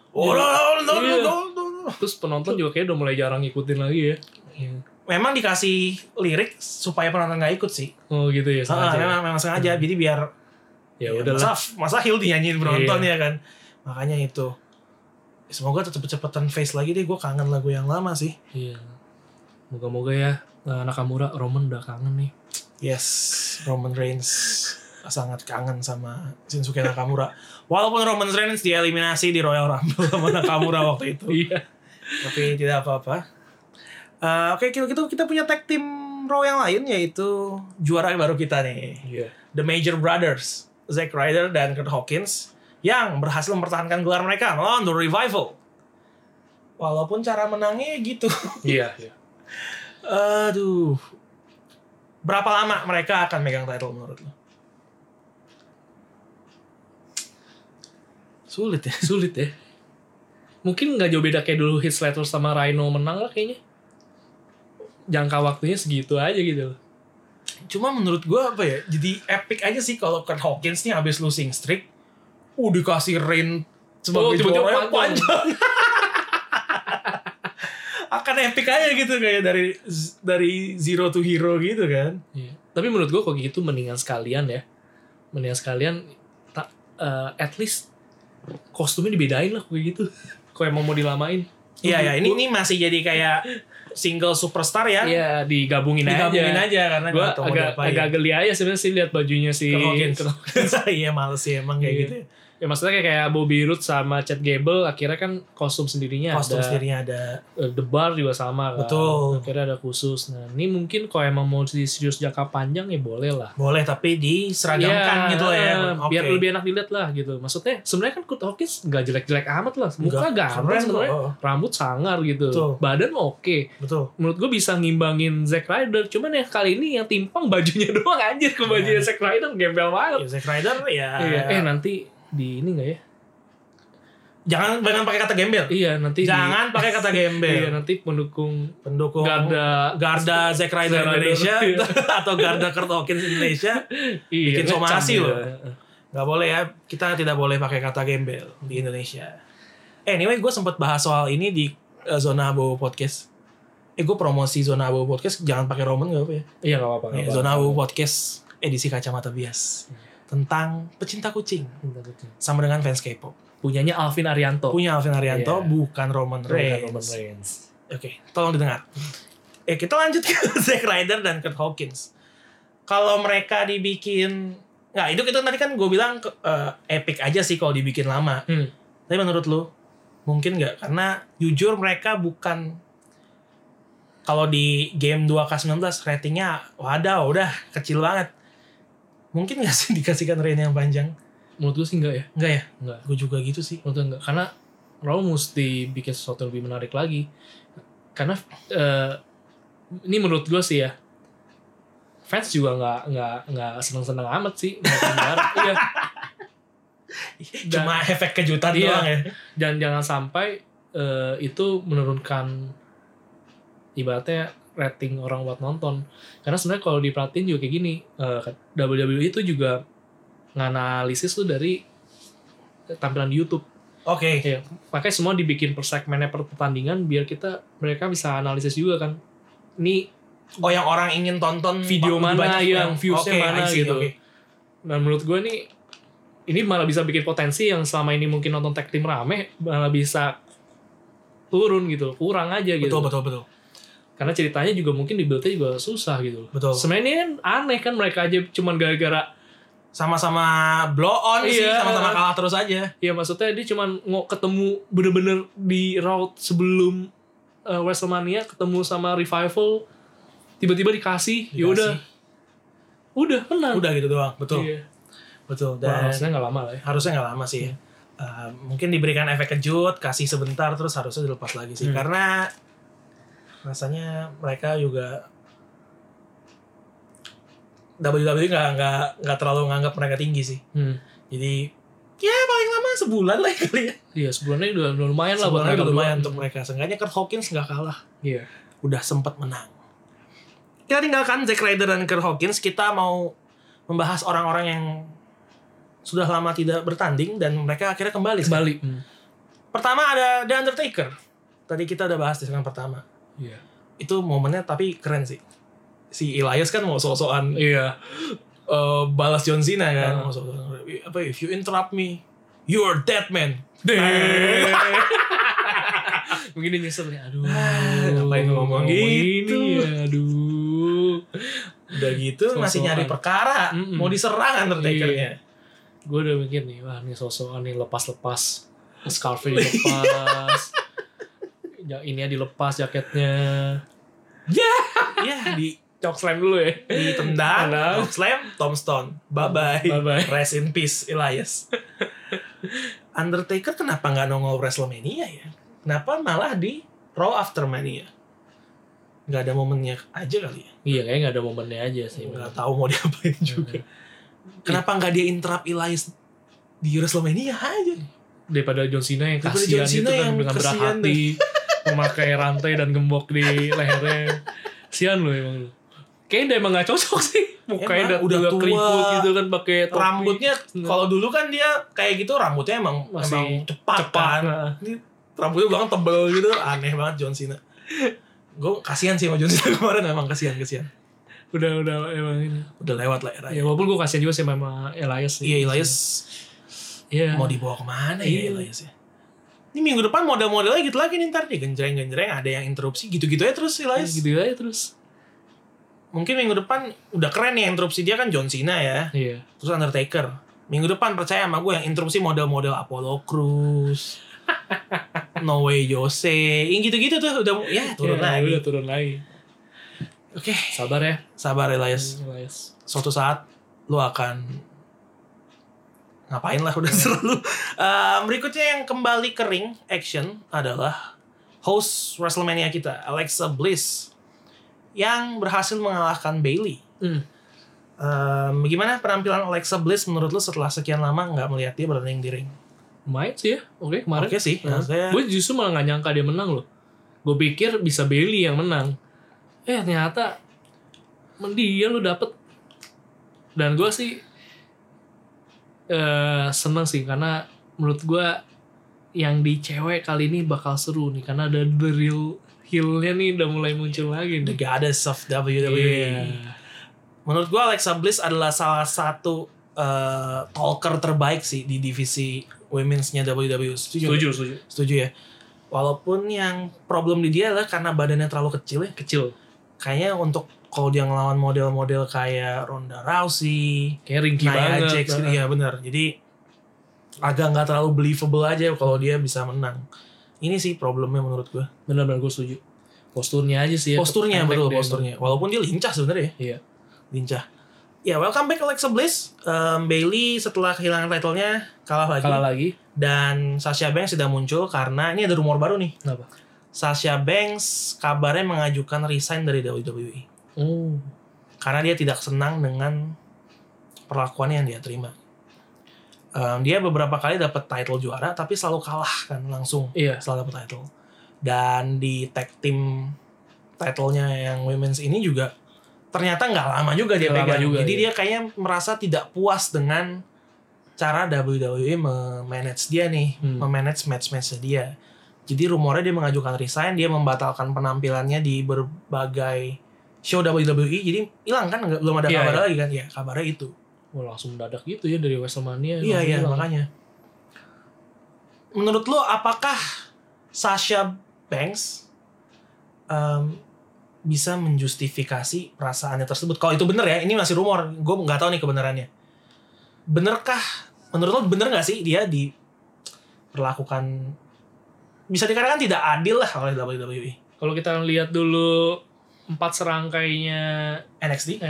Terus penonton juga kayak udah mulai jarang ngikutin lagi ya. Memang dikasih lirik supaya penonton nggak ikut sih. Oh gitu ya, sengaja. Memang sengaja. Jadi biar ya udahlah. Masa heel dinyanyiin penonton ya kan. Makanya itu. Semoga cepet-cepetan face lagi deh. Gue kangen lagu yang lama sih. Iya. Moga-moga ya Nakamura, Roman udah kangen nih. Yes, Roman Reigns sangat kangen sama Shinsuke Nakamura. Walaupun Roman Reigns dieliminasi di Royal Rumble sama Nakamura waktu itu. Iya. Tapi tidak apa-apa. Oke, kita punya tag team Raw yang lain, yaitu juara baru kita nih. Yeah. The Major Brothers, Zack Ryder dan Kurt Hawkins, yang berhasil mempertahankan gelar mereka melawan The Revival. Walaupun cara menangnya gitu. Iya. Aduh. Berapa lama mereka akan megang title menurut lo? Sulit ya. Mungkin nggak jauh beda kayak dulu Heath Slater sama Rhino menang lah kayaknya. Jangka waktunya segitu aja gitu. Cuma menurut gue apa ya, jadi epic aja sih kalau Kurt Hawkins nih abis losing streak dikasih reign sebagai juara panjang. Akan epic aja gitu kayak dari zero to hero gitu kan. Iya. Tapi menurut gue kok gitu mendingan sekalian at least kostumnya dibedain lah kayak gitu. Kok emang mau dilamain. Iya, ini masih jadi kayak single superstar ya. Iya, digabungin aja karena gue agak geli aja sebenarnya sih lihat bajunya si Kurt Hawkins. Iya, males sih emang kayak gitu ya. Ya maksudnya kayak Bobby Roode sama Chad Gable akhirnya kan kostum sendirinya ada. The Bar juga sama kan. Betul. Akhirnya ada khusus. Nah, ini mungkin kalau emang mau serius jangka panjang ya boleh lah. Boleh, tapi diseragamkan gitu ya. Biar lebih enak dilihat lah gitu. Maksudnya sebenarnya kan Kurt Hawkins enggak jelek-jelek amat lah. Muka ganteng sebenarnya. Rambut sangar gitu. Betul. Badan oke. Betul. Menurut gue bisa ngimbangin Zack Ryder. Cuman ya kali ini yang timpang bajunya doang anjir ke bajunya Zack Ryder gembel banget. Zack Ryder ya. Nanti di ini nggak ya? Jangan pakai kata gembel. Iya, nanti jangan pakai kata gembel. Iya, nanti pendukung Garda Zack Ryder Indonesia atau Garda Kurt Hawkins Indonesia bikin somasi loh. Nggak boleh ya, kita tidak boleh pakai kata gembel di Indonesia. Anyway, gue sempat bahas soal ini di Zona Abu Podcast. Gue promosi Zona Abu Podcast, jangan pakai Roman nggak apa ya? Iya, nggak apa-apa. Zona Abu Podcast edisi kacamata bias. Tentang pecinta kucing sama dengan fans K-pop. Punyanya Alvin Arianto. Bukan Roman Reigns. Oke, tolong didengar. Kita lanjut ke Zack Ryder dan Kurt Hawkins. Kalau mereka dibikin, itu tadi kan gue bilang epic aja sih kalau dibikin lama. Tapi menurut lu mungkin nggak? Karena jujur mereka bukan, kalau di game 2K19 ratingnya udah kecil banget. Mungkin gak sih dikasihkan reign yang panjang? Menurut gue sih enggak ya. Enggak ya? Enggak. Gue juga gitu sih. Menurut gue enggak. Karena Raw mesti bikin sesuatu yang lebih menarik lagi. Karena ini menurut gue sih ya, fans juga nggak seneng-seneng amat sih. Iya. Cuma efek kejutan doang ya. Dan jangan sampai itu menurunkan ibaratnya rating orang buat nonton. Karena sebenarnya kalau diperhatiin juga kayak gini, WWE itu juga nganalisis tuh dari tampilan di YouTube. Oke. Ya, makanya semua dibikin per segmennya per pertandingan biar mereka bisa analisis juga kan. Ini yang orang ingin tonton video mana yang viewsnya mana gitu. Okay. Dan menurut gue ini malah bisa bikin potensi yang selama ini mungkin nonton tag team rame malah bisa turun gitu, kurang aja gitu. Betul. Karena ceritanya juga mungkin dibuildnya juga susah gitu. Betul. Sebenarnya ini kan aneh kan mereka aja cuman gara-gara sama-sama blow on sih, sama-sama kalah terus aja. Iya, maksudnya dia cuman ketemu bener-bener di route sebelum WrestleMania, ketemu sama Revival, tiba-tiba dikasih. Ya udah menang. Udah gitu doang, betul. Iya. Betul. Dan harusnya nggak lama lah ya. Harusnya nggak lama sih. Mungkin diberikan efek kejut, kasih sebentar terus harusnya dilepas lagi sih. Karena rasanya mereka juga WWE nggak terlalu nganggap mereka tinggi sih. Jadi ya paling lama sebulan lah kali ya. Iya, sebulannya udah lumayan lah buat mereka. Udah lumayan untuk mereka. Seenggaknya Kurt Hawkins nggak kalah. Iya. Udah sempat menang. Kita tinggalkan Zack Ryder dan Kurt Hawkins. Kita mau membahas orang-orang yang sudah lama tidak bertanding dan mereka akhirnya kembali. Pertama ada The Undertaker. Tadi kita udah bahas di segmen pertama. Iya. Itu momennya tapi keren sih. Si Elias kan mau sok-sokan balas John Cena kan. Mau sok-sokan, if you interrupt me, you're dead man. Mungkin dia nyesel ya. Aduh. Ngapain ngomong gitu ya, aduh. Udah gitu masih nyari perkara. Mau diserang Undertaker-nya. Gue udah mikir nih, wah ini sosokan nih lepas-lepas. Scarf-nya dilepas. Ini ya dilepas jaketnya. Ya di choke slam dulu ya. Ditendang, choke slam, tombstone. Bye-bye. Rest in peace, Elias. Undertaker kenapa nggak nongol WrestleMania ya? Kenapa malah di Raw After Mania? Nggak ada momennya aja kali ya? Iya, kayaknya nggak ada momennya aja sih. Nggak tahu mau diapain juga. Kenapa nggak dia interrupt Elias di WrestleMania aja? Daripada John Cena yang kasihan itu kan dengan berat hati memakai rantai dan gembok di lehernya. Kasihan loh emang. Kayaknya emang gak cocok sih. Mukanya udah tua, keriput gitu kan pakai topi. Rambutnya kalau dulu kan dia kayak gitu rambutnya emang cepat kan. Ini rambutnya belakang tebel gitu, aneh banget John Cena. Gue kasihan sih sama John Cena kemarin, emang kasihan. Udah emang ini. Udah lewat lah eranya. Ya walaupun gue kasihan juga sih sama Elias. Iya, Elias. Iya. Mau dibawa kemana ya Elias ya? Ini minggu depan model-modelnya gitu lagi nih, ntar dia genjreng, ada yang interupsi gitu-gitu aja terus Elias. Gitu aja terus. Mungkin minggu depan udah keren nih yang interupsi dia kan John Cena ya. Iya. Terus Undertaker. Minggu depan percaya sama gue yang interupsi model-model Apollo Crews. No Way Jose. Yang gitu-gitu tuh udah turun lagi. Udah turun lagi. Oke. Sabar Elias. Suatu saat lu akan ngapain lah udah seru. Berikutnya yang kembali ke ring action adalah host WrestleMania kita, Alexa Bliss, yang berhasil mengalahkan Bayley. Bagaimana penampilan Alexa Bliss menurut lu setelah sekian lama nggak melihat dia bertanding di ring? Lumayan sih ya, oke kemarin. Oke sih. Gue justru malah nggak nyangka dia menang loh. Gue pikir bisa Bayley yang menang. Ternyata dia lo dapet. Dan gue sih seneng sih karena menurut gue yang di cewek kali ini bakal seru nih karena ada the real heel-nya nih udah mulai muncul lagi nih. The goddess of WWE. Menurut gue Alexa Bliss adalah salah satu talker terbaik sih di divisi women's-nya WWE. Setuju ya. Walaupun yang problem di dia adalah karena badannya terlalu kecil ya. Kayaknya untuk kalau dia ngelawan model-model kayak Ronda Rousey, kayak ringkih banget, Jax, iya benar. Jadi agak nggak terlalu believable aja kalau dia bisa menang. Ini sih problemnya menurut gue. Benar-benar gue setuju. Posturnya aja sih. Posturnya. Walaupun dia lincah sebenarnya ya. Iya. Lincah. Ya, welcome back Alexa Bliss. Bayley setelah kehilangan title-nya kalah lagi. Dan Sasha Banks sudah muncul karena ini ada rumor baru nih. Kenapa? Sasha Banks kabarnya mengajukan resign dari WWE. Karena dia tidak senang dengan perlakuan yang dia terima. Dia beberapa kali dapat title juara tapi selalu kalah kan langsung. Iya. Selalu dapat title. Dan di tag team title-nya yang women's ini juga ternyata nggak lama juga dia Nggak lama pegang. juga, Jadi iya. dia kayaknya merasa tidak puas dengan cara WWE memanage dia nih, memanage match-match dia. Jadi rumornya dia mengajukan resign, dia membatalkan penampilannya di berbagai show WWE. Jadi hilang kan, belum ada Iya, kabar iya. lagi kan? Ya kabarnya itu. Wah, langsung mendadak gitu ya dari WrestleMania. Iya langsung hilang. makanya. Menurut lo apakah Sasha Banks bisa menjustifikasi perasaannya tersebut? Kalau itu benar ya, ini masih rumor, gue nggak tahu nih kebenarannya. Benerkah? Menurut lo bener nggak sih dia diperlakukan, bisa dikatakan tidak adil lah oleh WWE? Kalau kita lihat dulu 4 serangkainya NXT?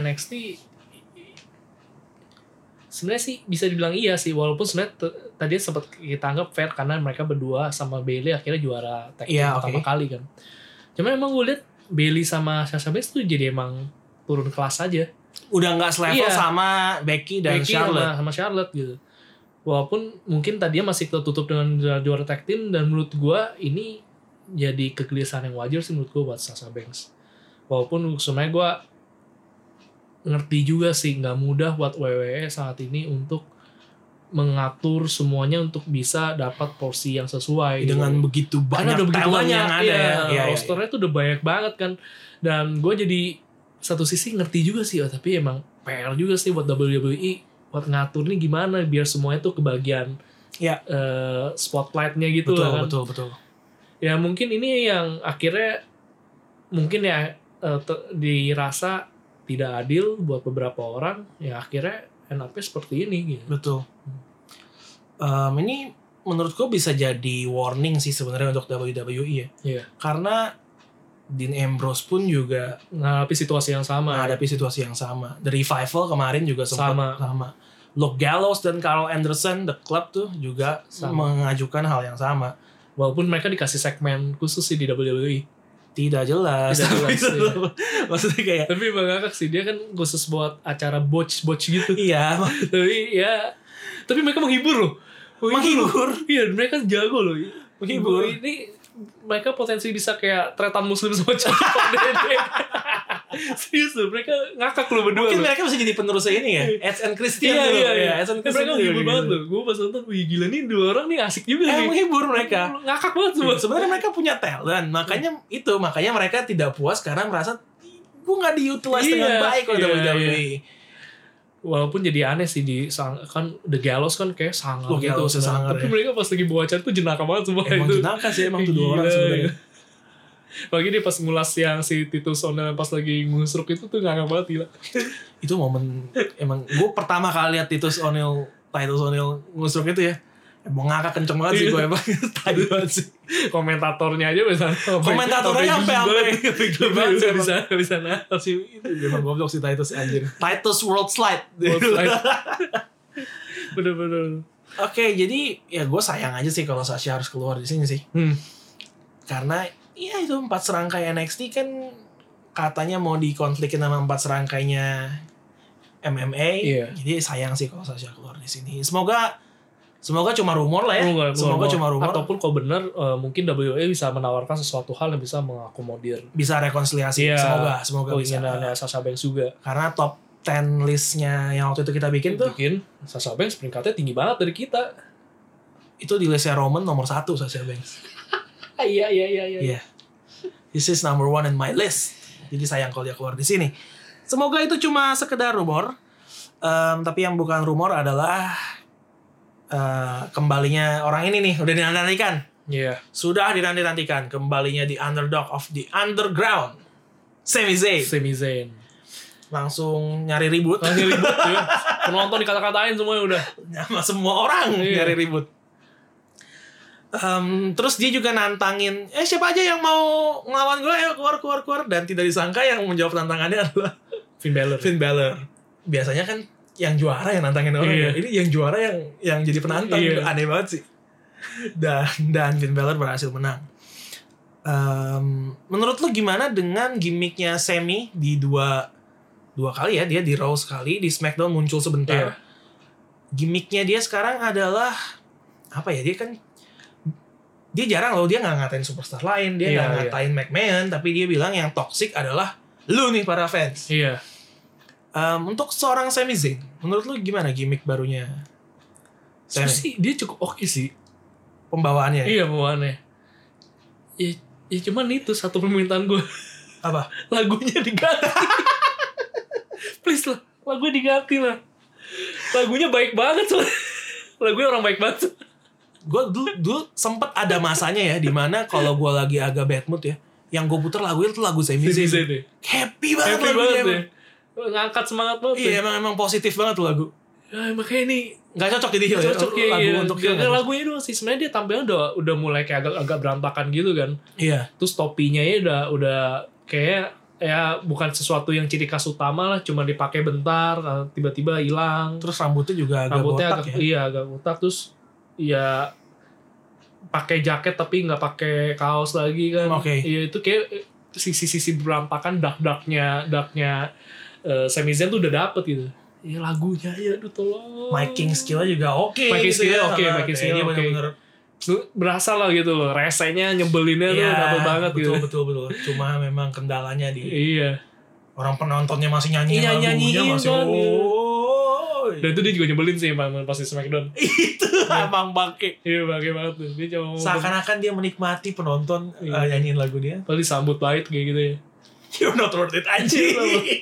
Sebenarnya sih bisa dibilang iya sih, walaupun sebenarnya tadi sempat kita anggap fair karena mereka berdua sama Bayley akhirnya juara tag team Iya, pertama kali kan. Cuman emang gue lihat Bayley sama Sasha Banks tuh jadi emang turun kelas aja. Udah nggak selevel Iya. sama Becky dan Charlotte. sama Charlotte gitu. Walaupun mungkin tadinya masih tertutup dengan juara tag team, dan menurut gue ini jadi kegelisahan yang wajar sih menurut gue buat Sasha Banks. Walaupun sebenarnya gue ngerti juga sih nggak mudah buat WWE saat ini untuk mengatur semuanya untuk bisa dapat porsi yang sesuai Dengan gitu. begitu Karena banyak udah begitu talent banyak yang ada ya. rosternya tuh udah banyak banget kan, dan gue jadi satu sisi ngerti juga sih, tapi emang PR juga sih buat WWE buat ngatur nih gimana biar semuanya tuh kebagian Iya. spotlightnya gitu Betul, lah kan. betul. Ya mungkin ini yang akhirnya mungkin ya dirasa tidak adil buat beberapa orang, ya akhirnya end up-nya seperti ini gitu. Betul. Ini menurutku bisa jadi warning sih sebenarnya untuk WWE ya. Iya. Karena Dean Ambrose pun juga Menghadapi situasi yang sama. menghadapi situasi yang sama. The Revival kemarin juga sempat Sama. sama. Luke Gallows dan Carl Anderson, The Club tuh juga mengajukan hal yang sama. Walaupun mereka dikasih segmen khusus sih di WWE. Tidak jelas. Tidak jelas, iya. Maksudnya kayak Tapi Bang Akak sih, dia kan khusus buat acara botch gitu. iya, Tapi ya, tapi mereka menghibur loh. Menghibur. Iya, mereka jago loh. Menghibur. Ini mereka potensi bisa kayak tretan muslim sama cowok dede. Serius loh, mereka ngakak loh berdua. mungkin loh. mereka bisa jadi penerusnya ini ya. Edge and Christian Iya, dulu. iya, iya. Edge and Mereka Christian menghibur juga banget gitu. loh. Gue pas nonton, wih gila nih dua orang nih asik juga nih. Menghibur mereka. Ngakak banget semua. Sebenarnya mereka punya talent, makanya mereka tidak puas karena merasa gue nggak diutilize dengan baik oleh WWE. Walaupun jadi aneh sih kan The Gallows kan kayak sangar gitu. Gallows sangar, Tapi ya. mereka pas lagi bawa acara tuh jenaka banget semua Emang itu. jenaka sih emang tuh dua Gila, orang sebenarnya. gila. Lagi dia pas ngulas yang si Titus O'Neil pas lagi ngusruk itu tuh ngakak banget gila. Itu momen emang gue pertama kali lihat Titus O'Neil ngusruk itu ya. Emang ngakak kenceng banget sih gue emang. Tai banget sih. Komentatornya aja misalnya. Komentatornya sampai geli banget sih, emang. bisa nah. Si itu emang goblok si Titus anjir. Titus World Slide. Bener-bener. Oke, jadi ya gue sayang aja sih kalau Sasha harus keluar di sini sih. Karena ya itu 4 serangkai NXT kan katanya mau dikonflikin sama 4 serangkainya MMA. Iya. Jadi sayang sih kalau Sasha keluar di sini. Semoga cuma rumor lah ya. Semoga cuma rumor. Ataupun kalau bener mungkin WWE bisa menawarkan sesuatu hal yang bisa mengakomodir. Bisa rekonsiliasi. Iya. Semoga bisa. Keinginannya Sasha Banks juga. Karena top 10 listnya yang waktu itu kita bikin tuh. Sasha Banks peringkatnya tinggi banget dari kita. Itu di listnya Roman nomor 1 Sasha Banks. Iya. Iya. This is number 1 in my list. Jadi sayang kalau dia keluar di sini. Semoga itu cuma sekedar rumor. Tapi yang bukan rumor adalah kembalinya orang ini nih, udah dinantikan. Iya. Sudah dinantikan kembalinya di underdog of the underground. Sami Zayn. Langsung nyari ribut. Ya. Penonton dikata-katain semuanya udah. Sama semua orang nyari ribut. Terus dia juga nantangin, siapa aja yang mau ngelawan gue, ayo keluar. Dan tidak disangka yang menjawab tantangannya adalah Finn Balor. Biasanya kan yang juara yang nantangin orang. Iya. Ini yang juara yang jadi penantang. Iya. Aneh banget sih. Dan Finn Balor berhasil menang. Menurut lu gimana dengan gimmicknya Sami di dua kali ya, dia di Raw sekali, di SmackDown muncul sebentar. Gimmicknya dia sekarang adalah apa ya, dia kan dia jarang loh, dia nggak ngatain superstar lain, dia nggak ngatain McMahon, tapi dia bilang yang toxic adalah lu nih para fans. Iya. Untuk seorang Sami Zayn, menurut lu gimana gimmick barunya? Sih dia cukup oke sih Pembawaannya. Iya, pembawaannya. Ya cuman itu satu permintaan gue. Apa? Lagunya diganti. Please lah, lagunya diganti lah. Lagunya baik banget soalnya. Lagunya orang baik banget. Gue dulu sempet ada masanya ya, dimana kalau gue lagi agak bad mood ya, yang gue puter lagu itu lagu Sami Zayn. Happy banget lagunya. Ya. Ngangkat semangat banget. Iya, emang positif banget tuh lagu. Ya, makanya ini nggak cocok jadi heel ya, lagu iya. untuk heel. Lagunya doang sih, sebenarnya dia tampilnya udah mulai kayak agak berantakan gitu kan. Iya. Terus topinya ya udah kayak ya bukan sesuatu yang ciri khas utama lah, cuma dipakai bentar, tiba-tiba hilang. Terus rambutnya juga agak botak ya. Iya, agak botak. Terus ya pakai jaket tapi nggak pakai kaos lagi kan. Iya, itu kayak sisi berantakan, darknya Sami Zayn tuh udah dapet gitu. Iya, lagunya ya, aduh tolong. Miking skill-nya juga oke. Miking gitu skill-nya ya. oke, miking skill-nya oke. Bener-bener berasa lah gitu loh, resenya nyebelinnya tuh double banget betul, gitu. betul. Cuma memang kendalanya di orang penontonnya masih nyanyi lagunya masih kan, dan itu dia juga nyebelin sih pas di Smackdown. Itu emang bangke. Iya, bangke banget tuh. Dia cuma seakan-akan dia menikmati penonton nyanyiin lagu dia. Paling sambut baik kayak gitu ya. You're not worth it anjing.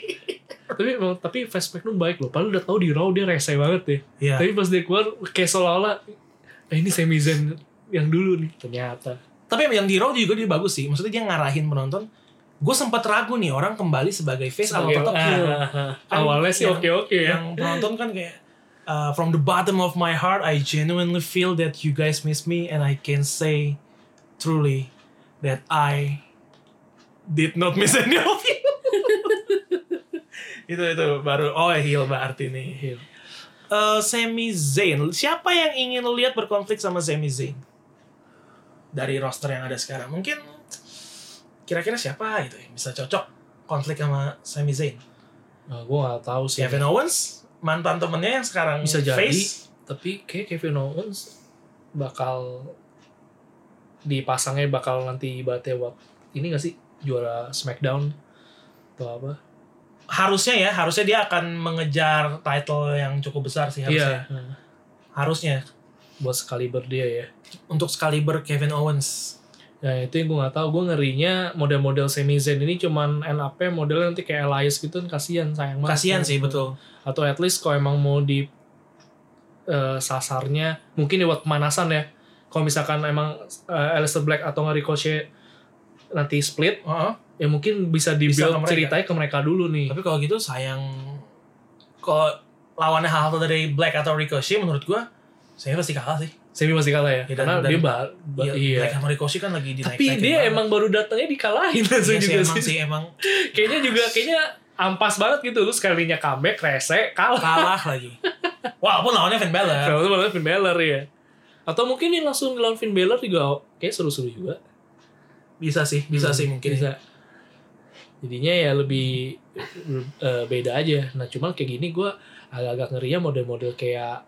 tapi Fast Smackdown baik loh. Padahal udah tahu di Raw dia rese banget ya. Yeah. Tapi pas dia keluar kayak seolah-olah ini Sami Zayn yang dulu nih ternyata. Tapi yang di Raw juga dia bagus sih. Maksudnya dia ngarahin penonton. Gue sempat ragu nih orang kembali sebagai face atau tetap heel. Awalnya sih oke ya. Yang penonton kan kayak from the bottom of my heart I genuinely feel that you guys miss me and I can say truly that I did not miss any of you. itu baru heel berarti nih. Heel. Sami Zayn, siapa yang ingin lo lihat berkonflik sama Sami Zayn dari roster yang ada sekarang? Mungkin kira-kira siapa gitu ya bisa cocok konflik sama Sami Zayn? Gue gak tahu sih. Kevin Owens, mantan temennya yang sekarang bisa jadi, face. tapi kayak Kevin Owens bakal dipasangnya bakal nanti ibaratnya ini gak sih juara Smackdown atau apa? Harusnya dia akan mengejar title yang cukup besar sih harusnya. Iya. Harusnya buat Excalibur dia ya. Untuk Excalibur Kevin Owens. Ya itu yang gue gak tahu. Gue ngerinya model-model Sami Zayn ini cuman end up-nya modelnya nanti kayak Elias gitu kan, kasihan, sayang banget. Kasihan sih, betul. Atau at least kalau emang mau di sasarnya mungkin buat pemanasan ya. Kalau misalkan emang Aleister Black atau Ricochet nanti split, ya mungkin bisa di-build ceritanya ke mereka dulu nih. Tapi kalau gitu sayang, kalau lawannya hal dari Black atau Ricochet menurut gue saya pasti kalah sih. Sami pasti kalah ya, karena dia iya. Black sama Ricochet kan lagi dinaik-naikin. Tapi dia emang baru datangnya dikalahin langsung juga sih. Emang kayaknya ampas banget gitu. Lu sekalinya comeback, rese, kalah lagi. Walaupun lawannya Finn Balor. Lawannya Finn Balor ya. Atau mungkin ini langsung lawan Finn Balor juga kayak seru-seru juga. Bisa sih mungkin. Bisa. Jadinya ya lebih beda aja. Nah cuman kayak gini gue agak-agak ngerinya model-model kayak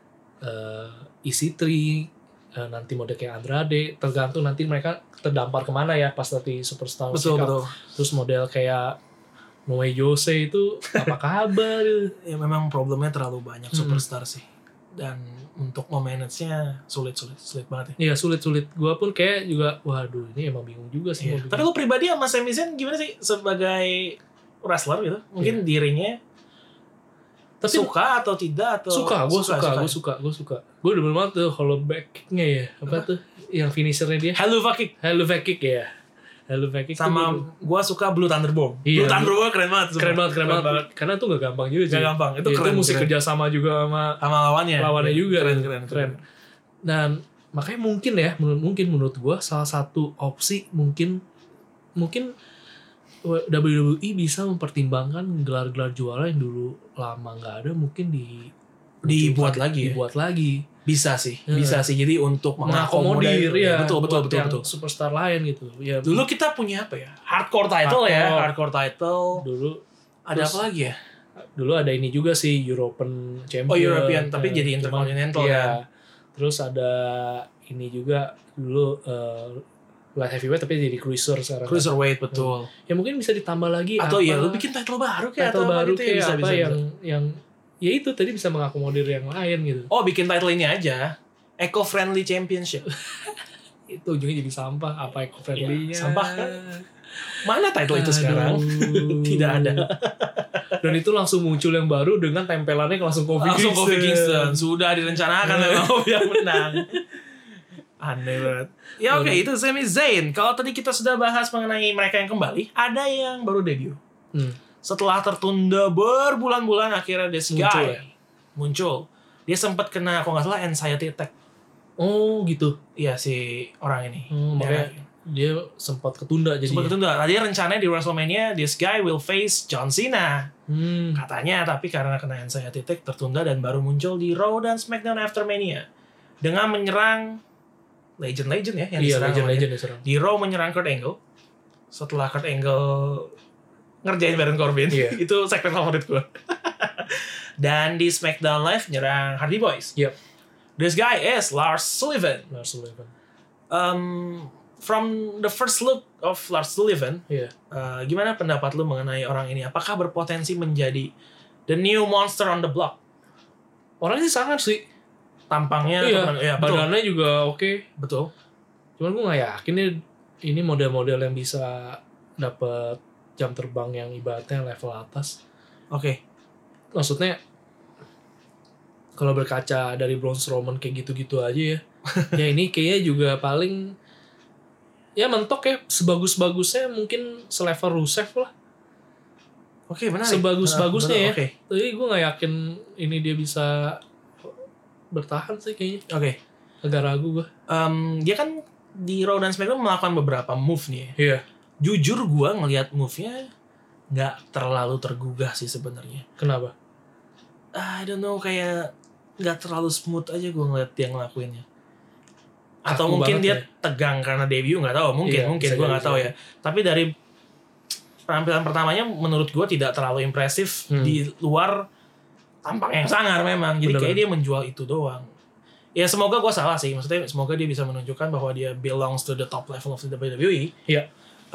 EC3, nanti model kayak Andrade, tergantung nanti mereka terdampar kemana ya pas nanti Superstar. Betul. Terus model kayak Noe Jose itu apa kabar? Ya memang problemnya terlalu banyak Superstar sih. Dan untuk memanage-nya sulit banget ya. Iya sulit. Gue pun kayak juga, waduh ini emang bingung juga sih. Iya. Tapi lu pribadi sama Sami Zayn gimana sih sebagai wrestler gitu? Mungkin dirinya tapi suka atau tidak atau gue suka. Gue udah banget tuh hollow back kick-nya ya. Apa tuh yang finishernya dia? Hello back kick ya. Hello back kick. Sama gue suka Blue Thunder Bomb. Iya, Blue Thunder Bomb keren banget. Karena tuh gak gampang juga sih. Gak gampang. Itu keren. Mesti kerjasama juga sama lawannya. Lawannya juga. Keren. Dan makanya mungkin ya, menurut gue salah satu opsi mungkin WWE bisa mempertimbangkan gelar-gelar juara yang dulu lama nggak ada, mungkin dibuat lagi. Bisa sih. Jadi untuk mengakomodir ya. Betul. Superstar lain gitu. Ya, dulu kita punya apa ya? Hardcore title. Dulu ada apa lagi ya? Dulu ada ini juga sih, European Champion. Tapi jadi Intercontinental ya. kan. Terus ada ini juga dulu light heavyweight tapi jadi cruiser sekarang. Cruiserweight betul. Ya mungkin bisa ditambah lagi Atau apa, ya lu bikin title baru kayak title atau baru gitu kayak ya, apa yang ya itu tadi bisa mengakomodir yang lain gitu. Oh, bikin title ini aja. Eco-friendly championship. Itu ujungnya jadi sampah, apa eco-friendly-nya. Ya, sampah kan? Mana title itu sekarang? Tidak ada. Dan itu langsung muncul yang baru dengan tempelannya langsung Kofi Kingston. Sudah direncanakan memang yang menang. Aneh banget. Ya oke, itu Sami Zayn. Kalau tadi kita sudah bahas mengenai mereka yang kembali, ada yang baru debut. Setelah tertunda berbulan-bulan, akhirnya this guy muncul. Dia sempat kena, kalau nggak salah, anxiety attack. Oh gitu. Iya, si orang ini. Makanya dia sempat ketunda jadi. Sempat ketunda. Tadi rencananya di WrestleMania, this guy will face John Cena. Katanya, tapi karena kena anxiety attack tertunda dan baru muncul di Raw dan SmackDown after Mania dengan menyerang legend-legend ya yang diserang. Legend diserang. Di Raw menyerang Kurt Angle. Setelah Kurt Angle ngerjain Baron Corbin, itu segmen favorit gue. Dan di SmackDown Live nyerang Hardy Boys. Yep. This guy is Lars Sullivan. From the first look of Lars Sullivan, gimana pendapat lu mengenai orang ini? Apakah berpotensi menjadi the new monster on the block? Orangnya sih sangat sih. Tampangnya, badannya juga oke. Betul. Cuman gue nggak yakin ini model-model yang bisa dapat jam terbang yang ibaratnya level atas. Oke. Maksudnya kalau berkaca dari Braun Strowman kayak gitu-gitu aja ya. Ya ini kayaknya juga paling ya mentok ya, sebagus-bagusnya mungkin selevel Rusev lah. Oke, menarik. Sebagus-bagusnya ya. Okay. Tapi gue gak yakin ini dia bisa bertahan sih kayaknya. Oke. Agak ragu gue. Dia kan di Raw dan SmackDown melakukan beberapa move nih. Iya. Jujur gue ngelihat move-nya gak terlalu tergugah sih sebenarnya. Kenapa? I don't know, kayak gak terlalu smooth aja gue ngeliat dia ngelakuinnya. Atau mungkin dia tegang karena debut, nggak tahu. Mungkin gue nggak tahu ya. Tapi dari penampilan pertamanya menurut gue tidak terlalu impresif di luar tampang yang sangar memang. Jadi kayak dia menjual itu doang. Ya semoga gue salah sih. Maksudnya semoga dia bisa menunjukkan bahwa dia belongs to the top level of the WWE. Iya.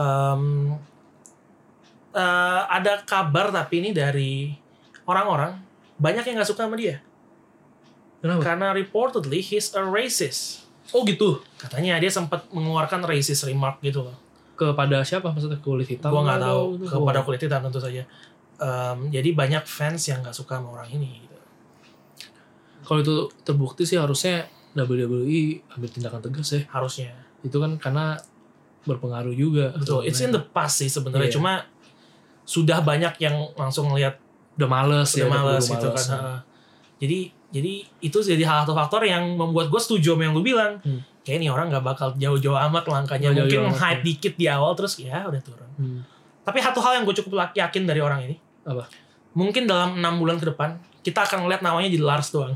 Ada kabar tapi ini dari orang-orang banyak yang nggak suka sama dia. Kenapa? Karena reportedly he's a racist. Oh gitu. Katanya dia sempat mengeluarkan racist remark gitu loh. Kepada siapa maksudnya? Kulit hitam? Gua nggak tahu. Kepada kulit hitam tentu saja. Jadi banyak fans yang nggak suka sama orang ini. Gitu. Kalau itu terbukti sih harusnya WWE ambil tindakan tegas ya. Harusnya. Itu kan karena berpengaruh juga. Betul. It's in the past sih sebenarnya. Cuma sudah banyak yang langsung ngelihat udah males gitu kan. Jadi itu jadi salah satu faktor yang membuat gue setuju sama yang lu bilang. Kayak nih orang gak bakal jauh-jauh amat langkahnya. Mungkin hype dikit di awal terus ya udah turun. Tapi satu hal yang gue cukup yakin dari orang ini. Apa? Mungkin dalam 6 bulan ke depan kita akan ngeliat namanya jadi Lars doang.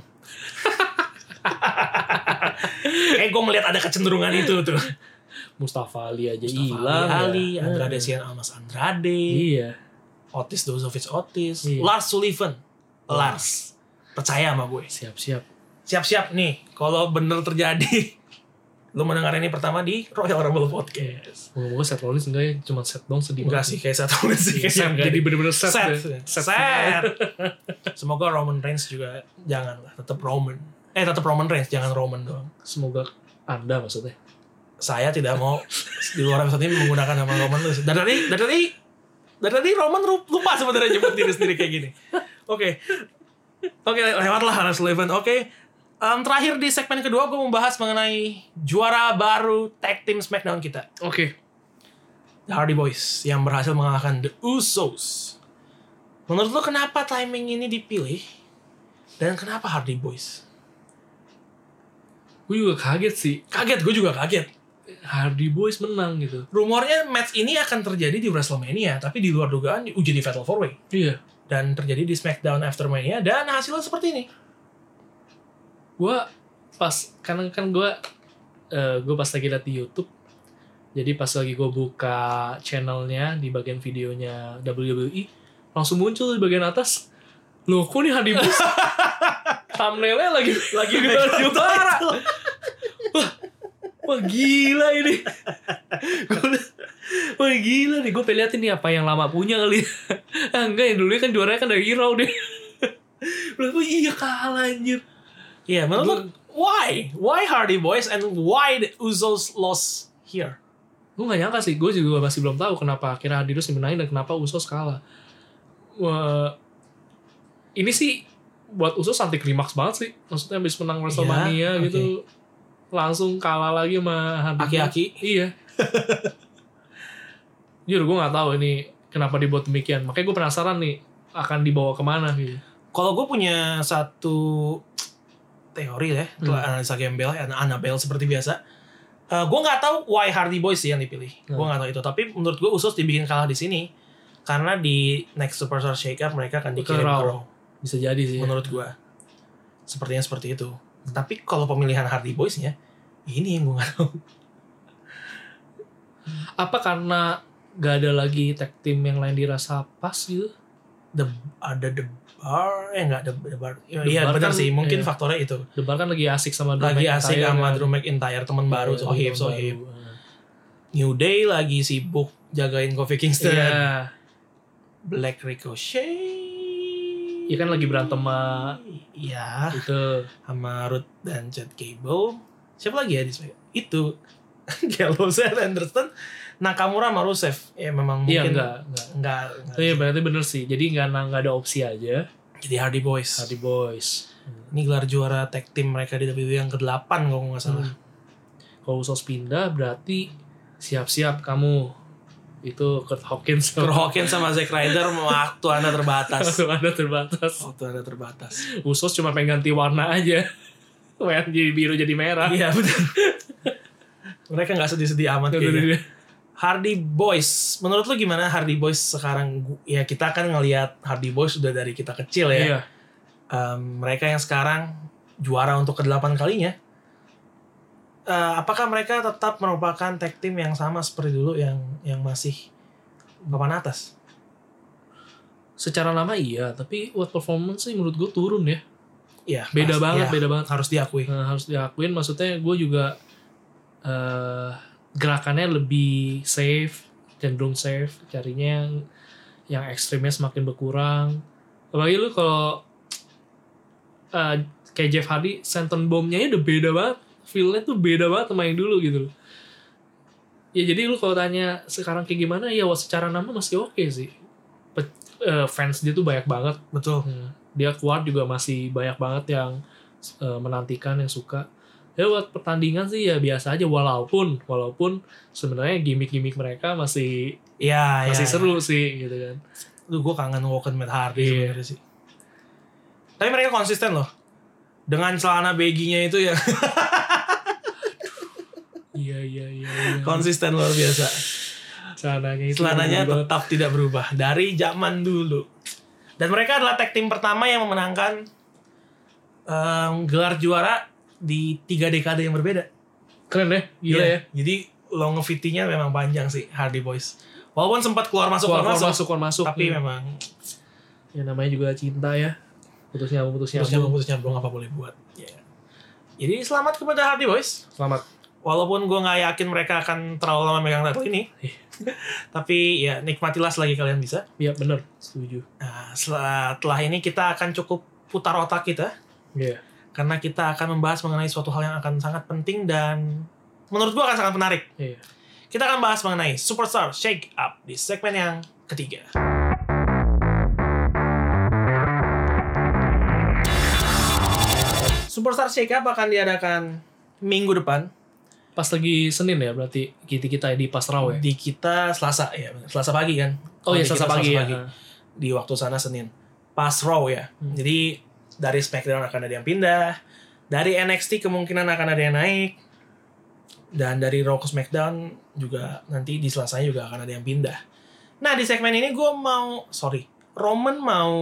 Kayak gue melihat ada kecenderungan itu tuh. Mustafa Ali aja hilang. Ali, Andrade Cien Almas Andrade. Iya. Otis Dozovic Otis. Iya. Lars Sullivan. Lars. Percaya sama gue. Siap-siap nih. Kalau bener terjadi, lu mendengar ini pertama di Royal Rumble Podcast. Moga-moga Seth Rollins enggak ya, cuma set dong sedih banget. Enggak sih, kayak Seth Rollins sih. Jadi bener-bener set. Semoga Roman Reigns juga jangan lah, tetap Roman. Tetap Roman Reigns, jangan Roman doang. Semoga Anda maksudnya. Saya tidak mau di luar episode ini menggunakan nama Roman Reigns. Dari tadi Roman lupa sebenarnya nyebut diri sendiri kayak gini. Oke, lewatlah Lars Sullivan. Oke. Terakhir di segmen kedua gue membahas mengenai juara baru tag team SmackDown kita. Oke. The Hardy Boys yang berhasil mengalahkan The Usos. Menurut lo kenapa timing ini dipilih? Dan kenapa Hardy Boys? Gue juga kaget sih. Gue juga kaget. Hardy Boys menang gitu. Rumornya match ini akan terjadi di WrestleMania, tapi di luar dugaan uji di Fatal 4-Way. Iya. Dan terjadi di SmackDown After Mania dan hasilnya seperti ini. Gue pas kan gue pas lagi liat di YouTube, jadi pas lagi gue buka channelnya di bagian videonya WWE langsung muncul di bagian atas, loh kok nih Hardy Boys thumbnailnya lagi juara. Wah Wah gila ini. Wah gila nih, gue pengen liatin nih apa yang lama punya kali. Enggak, yang dulu kan juaranya kan dari Raw deh. Berarti iya kalah anjir. Iya, menurut lu, why Hardy Boys and why the Usos lost here? Gue gak nyangka sih, gue juga masih belum tahu kenapa akhirnya Hardy Boys dimenangin dan kenapa Usos kalah. Wah, ini sih buat Usos anti klimaks banget sih. Maksudnya habis menang WrestleMania gitu, langsung kalah lagi sama Hardy Boys. Aki-aki. Iya. Jujur gue gak tahu ini kenapa dibuat demikian. Makanya gue penasaran nih akan dibawa kemana gitu. Kalau gue punya satu teori ya, analisa gembel, Annabelle seperti biasa. Gue nggak tahu why Hardy Boys sih yang dipilih. Gue nggak tahu itu. Tapi menurut gue Usos dibikin kalah di sini karena di next Superstar Shake-Up mereka akan dikirim ke Raw. Bisa jadi sih. Menurut gue, sepertinya seperti itu. Tapi kalau pemilihan Hardy Boys-nya, ini yang gue nggak tahu. Apa karena gak ada lagi tag team yang lain dirasa pas gitu? Ada The Bar, enggak The Bar. The Iya Bar benar kan, sih, mungkin iya. faktornya itu. The Bar kan lagi asik sama Drew Lagi McIntyre asik sama kan. Drew McIntyre, teman baru, Iya, sohib. New Day lagi sibuk jagain Kofi Kingston. Iya. Black Ricochet. Iya kan lagi berantem sama Iya, itu. sama Ruth dan Chad Gable. Siapa lagi ya di SmackDown? Itu Gallows and Anderson, Nakamura sama Rusev. Ya memang Iya mungkin enggak. enggak. Iya berarti bener sih. Jadi nggak ada opsi aja. Jadi Hardy Boys. Hardy Boys. Ini gelar juara tag team mereka di WWE yang ke-8 kalau nggak salah. Kalau Usos pindah berarti siap-siap kamu itu Kurt Hawkins. Kurt Hawkins sama Zack Ryder, waktu Anda terbatas. Waktu Anda terbatas. Usos cuma pengen ganti warna aja. Warna jadi biru jadi merah. Iya betul. Mereka nggak sedih-sedih amat kayaknya. Hardy Boys, menurut lu gimana Hardy Boys sekarang? Ya kita kan ngelihat Hardy Boys sudah dari kita kecil ya. Iya. Mereka yang sekarang juara untuk ke-8 kalinya. Apakah mereka tetap merupakan tag team yang sama seperti dulu yang masih papan atas? Secara nama iya, tapi buat performance sih menurut gue turun ya. Iya. Beda banget. Harus diakui. Harus diakuin, maksudnya gue juga gerakannya lebih safe, cenderung safe, carinya yang ekstrimnya semakin berkurang. Apalagi lu kalau kayak Jeff Hardy, senton bomb-nya udah beda banget, feel-nya tuh beda banget sama yang dulu gitu. Ya jadi lu kalau tanya sekarang kayak gimana, ya secara nama masih oke sih. Fans dia tuh banyak banget. Betul. Dia keluar juga masih banyak banget yang menantikan, yang suka. Ya buat pertandingan sih ya biasa aja, walaupun sebenarnya gimmick mereka masih seru sih gitu kan. Gue kangen Woken Matt Hardy sebenarnya sih. Tapi mereka konsisten loh dengan celana baggy-nya itu ya. Iya. Konsisten luar biasa. Celananya tetap tidak berubah dari zaman dulu. Dan mereka adalah tag team pertama yang memenangkan gelar juara di 3 dekade yang berbeda. Keren deh, gila ya. Jadi longevity-nya memang panjang sih Hardy Boys. Walaupun sempat keluar masuk. Tapi memang ya namanya juga cinta ya. Putus nyambung apa boleh buat. Yeah. Jadi selamat kepada Hardy Boys. Selamat. Walaupun gue gak yakin mereka akan terlalu lama megang title ini. Tapi ya nikmatilah selagi kalian bisa. Iya bener, setuju. Nah, setelah ini kita akan cukup putar otak kita. Iya. Karena kita akan membahas mengenai suatu hal yang akan sangat penting dan menurut gue akan sangat menarik. Iya. Kita akan bahas mengenai Superstar Shake Up di segmen yang ketiga. Superstar Shake Up akan diadakan minggu depan. Pas lagi Senin ya berarti kita di pas Raw ya? Di kita Selasa ya, Selasa pagi kan? Oh iya Selasa pagi ya. Di waktu sana Senin. Pas Raw ya. Jadi dari SmackDown akan ada yang pindah, dari NXT kemungkinan akan ada yang naik, dan dari Raw ke SmackDown juga nanti di Selasanya juga akan ada yang pindah. Nah di segmen ini gue Roman mau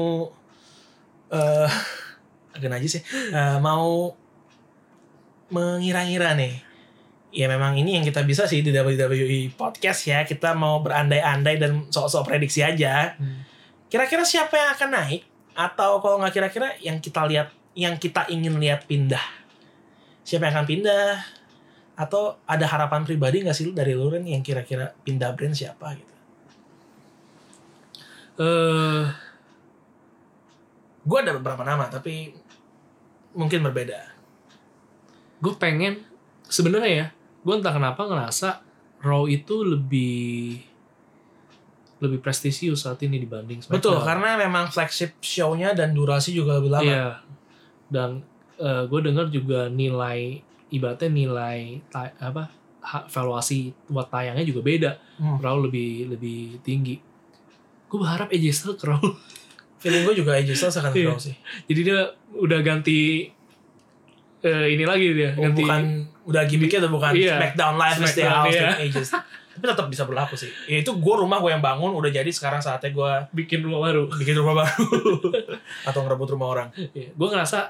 agak najis ya, mau mengira-ngira nih. Ya memang ini yang kita bisa sih di WWE Podcast ya. Kita mau berandai-andai dan sok-sok prediksi aja. Kira-kira siapa yang akan naik? Atau kalau nggak kira-kira yang kita lihat, yang kita ingin lihat pindah. Siapa yang akan pindah? Atau ada harapan pribadi nggak sih lu dari lu Ren yang kira-kira pindah brand siapa gitu? Gue ada beberapa nama tapi mungkin berbeda. Gue pengen sebenarnya ya, gue entah kenapa ngerasa Raw itu lebih prestisius saat ini dibanding SmackDown. Betul, karena memang flagship show-nya dan durasi juga lebih lama. Iya. Dan gue dengar juga ibaratnya valuasi buat tayangnya juga beda. Raw lebih tinggi. Gue berharap AJ Styles ke Raw. Feeling gue juga AJ Styles akan ke Raw sih. Jadi dia udah ganti ini lagi dia. Udah gimmicknya udah bukan SmackDown Live is the house with AJ Styles. Tapi tetap bisa berlaku sih. Ya itu rumah gue yang bangun udah jadi, sekarang saatnya gue bikin rumah baru. Atau ngerebut rumah orang. Gue ngerasa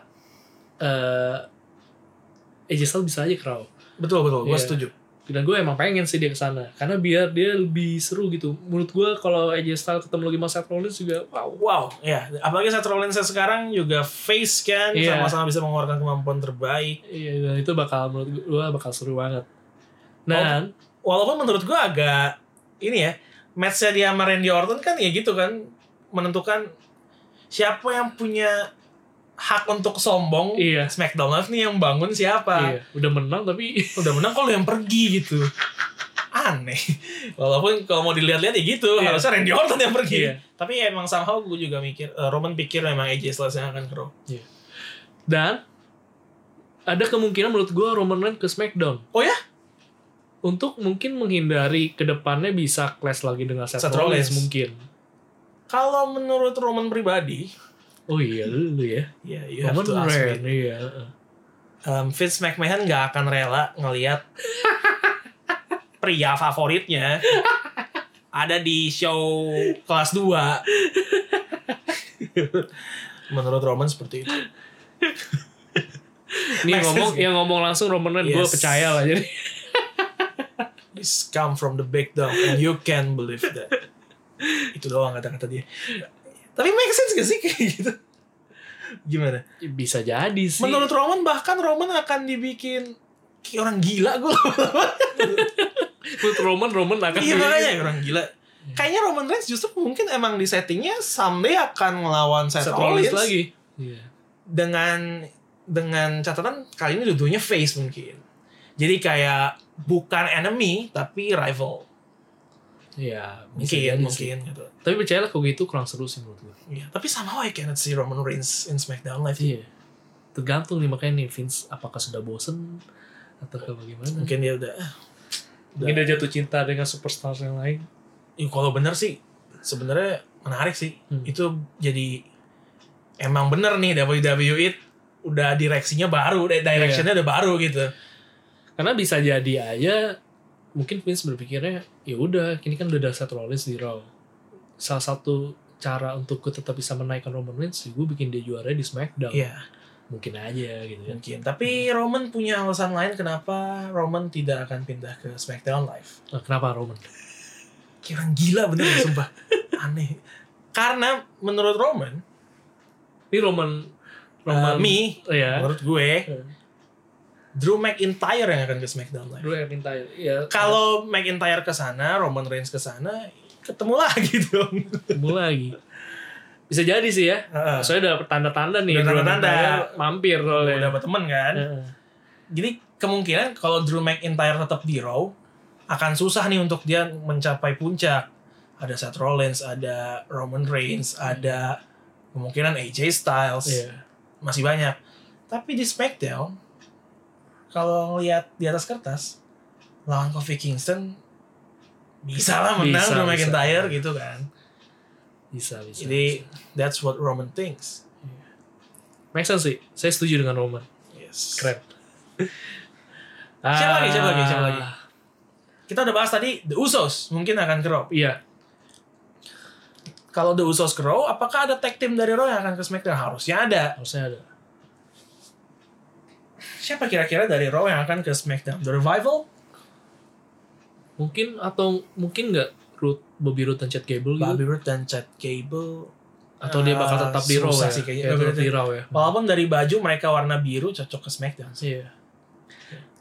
AJ Styles bisa aja ke Raw. Betul, gue setuju. Dan gue emang pengen sih dia kesana, karena biar dia lebih seru gitu. Menurut gue kalau AJ Styles ketemu lagi sama Seth Rollins juga wow, ya. Apalagi Seth Rollins sekarang juga face kan, sama-sama bisa mengeluarkan kemampuan terbaik. Iya, itu menurut gue bakal seru banget. Dan walaupun menurut gue agak ini ya, match-nya dia sama Randy Orton kan ya gitu kan, menentukan siapa yang punya hak untuk sombong. SmackDown Live nih yang bangun siapa. Udah menang kok lu yang pergi gitu. Aneh. Walaupun kalau mau dilihat-lihat ya gitu, harusnya Randy Orton yang pergi. Tapi emang somehow gue juga mikir, Roman pikir memang AJ Styles yang akan ke Raw. Dan ada kemungkinan menurut gue Roman Reigns ke SmackDown. Oh ya? Untuk mungkin menghindari kedepannya bisa clash lagi dengan Seth Rollins mungkin. Kalau menurut Roman pribadi, oh iya dulu ya. Iya, Roman Reigns. Iya. Vince McMahon nggak akan rela ngelihat pria favoritnya ada di show kelas 2. Menurut Roman seperti itu. Ini ngomong langsung Roman Reigns, gue percaya lah jadi. This come from the big dog and you can believe that. Itu doang kata-kata dia. Tapi make sense gak sih kayak gitu? Gimana? Bisa jadi sih. Menurut Roman, bahkan Roman akan dibikin kayak orang gila gue. Menurut Roman akan makanya orang gila. Kayaknya Roman Reigns justru mungkin emang di settingnya someday akan melawan Seth Rollins lagi. Dengan catatan kali ini dua-duanya face mungkin. Jadi kayak bukan enemy tapi rival. Iya, mungkin gitu. Tapi percayalah kalau gitu kurang seru sih menurut gue. Iya, tapi somehow I cannot see Roman Reigns in SmackDown Live. Iya. Tergantung nih makanya nih Vince apakah sudah bosen atau bagaimana. Mungkin dia udah jatuh cinta dengan superstar yang lain. Kalau benar sih sebenarnya menarik sih. Itu jadi emang bener nih WWE udah direksinya baru, directionnya udah baru gitu. Karena bisa jadi aja mungkin Vince berpikirnya ya udah ini kan udah ada Seth Rollins di Raw. Salah satu cara untuk gue tetap bisa menaikkan Roman Reigns, gue bikin dia juara di SmackDown. Iya. Mungkin aja gitu kan. Mungkin. Tapi Roman punya alasan lain kenapa Roman tidak akan pindah ke SmackDown Live. Kenapa Roman? Kayak orang gila bener sumpah. Aneh. Karena menurut Roman, ini Roman menurut gue Drew McIntyre yang akan ke SmackDown Live. Drew McIntyre. Ya. Kalau McIntyre ke sana, Roman Reigns ke sana, ketemu lagi dong. Ketemu lagi. Bisa jadi sih ya. Soalnya udah tanda-tanda nih. Drew McIntyre mampir soalnya. Udah dapat temen kan. Jadi kemungkinan kalau Drew McIntyre tetap di Raw, akan susah nih untuk dia mencapai puncak. Ada Seth Rollins, ada Roman Reigns, ada kemungkinan AJ Styles. Masih banyak. Tapi di SmackDown, kalau ngelihat di atas kertas, lawan Kofi Kingston bisa lah menang Drew McIntyre gitu kan. Bisa. Jadi that's what Roman thinks. Make sense sih. Saya setuju dengan Roman. Yes. Keren. Siapa lagi? Kita udah bahas tadi The Usos mungkin akan ke Raw. Iya. Kalau The Usos ke Raw, apakah ada tag team dari Raw yang akan ke SmackDown? Harusnya ada. Siapa kira-kira dari Raw yang akan ke SmackDown? The Revival? Mungkin nggak Bobby Roode dan Chad Gable gitu. Bobby Roode dan Chad Gable. Atau dia bakal tetap di Raw ya? Sih kayaknya. Di Raw ya. Walaupun dari baju mereka warna biru cocok ke SmackDown sih. Iya.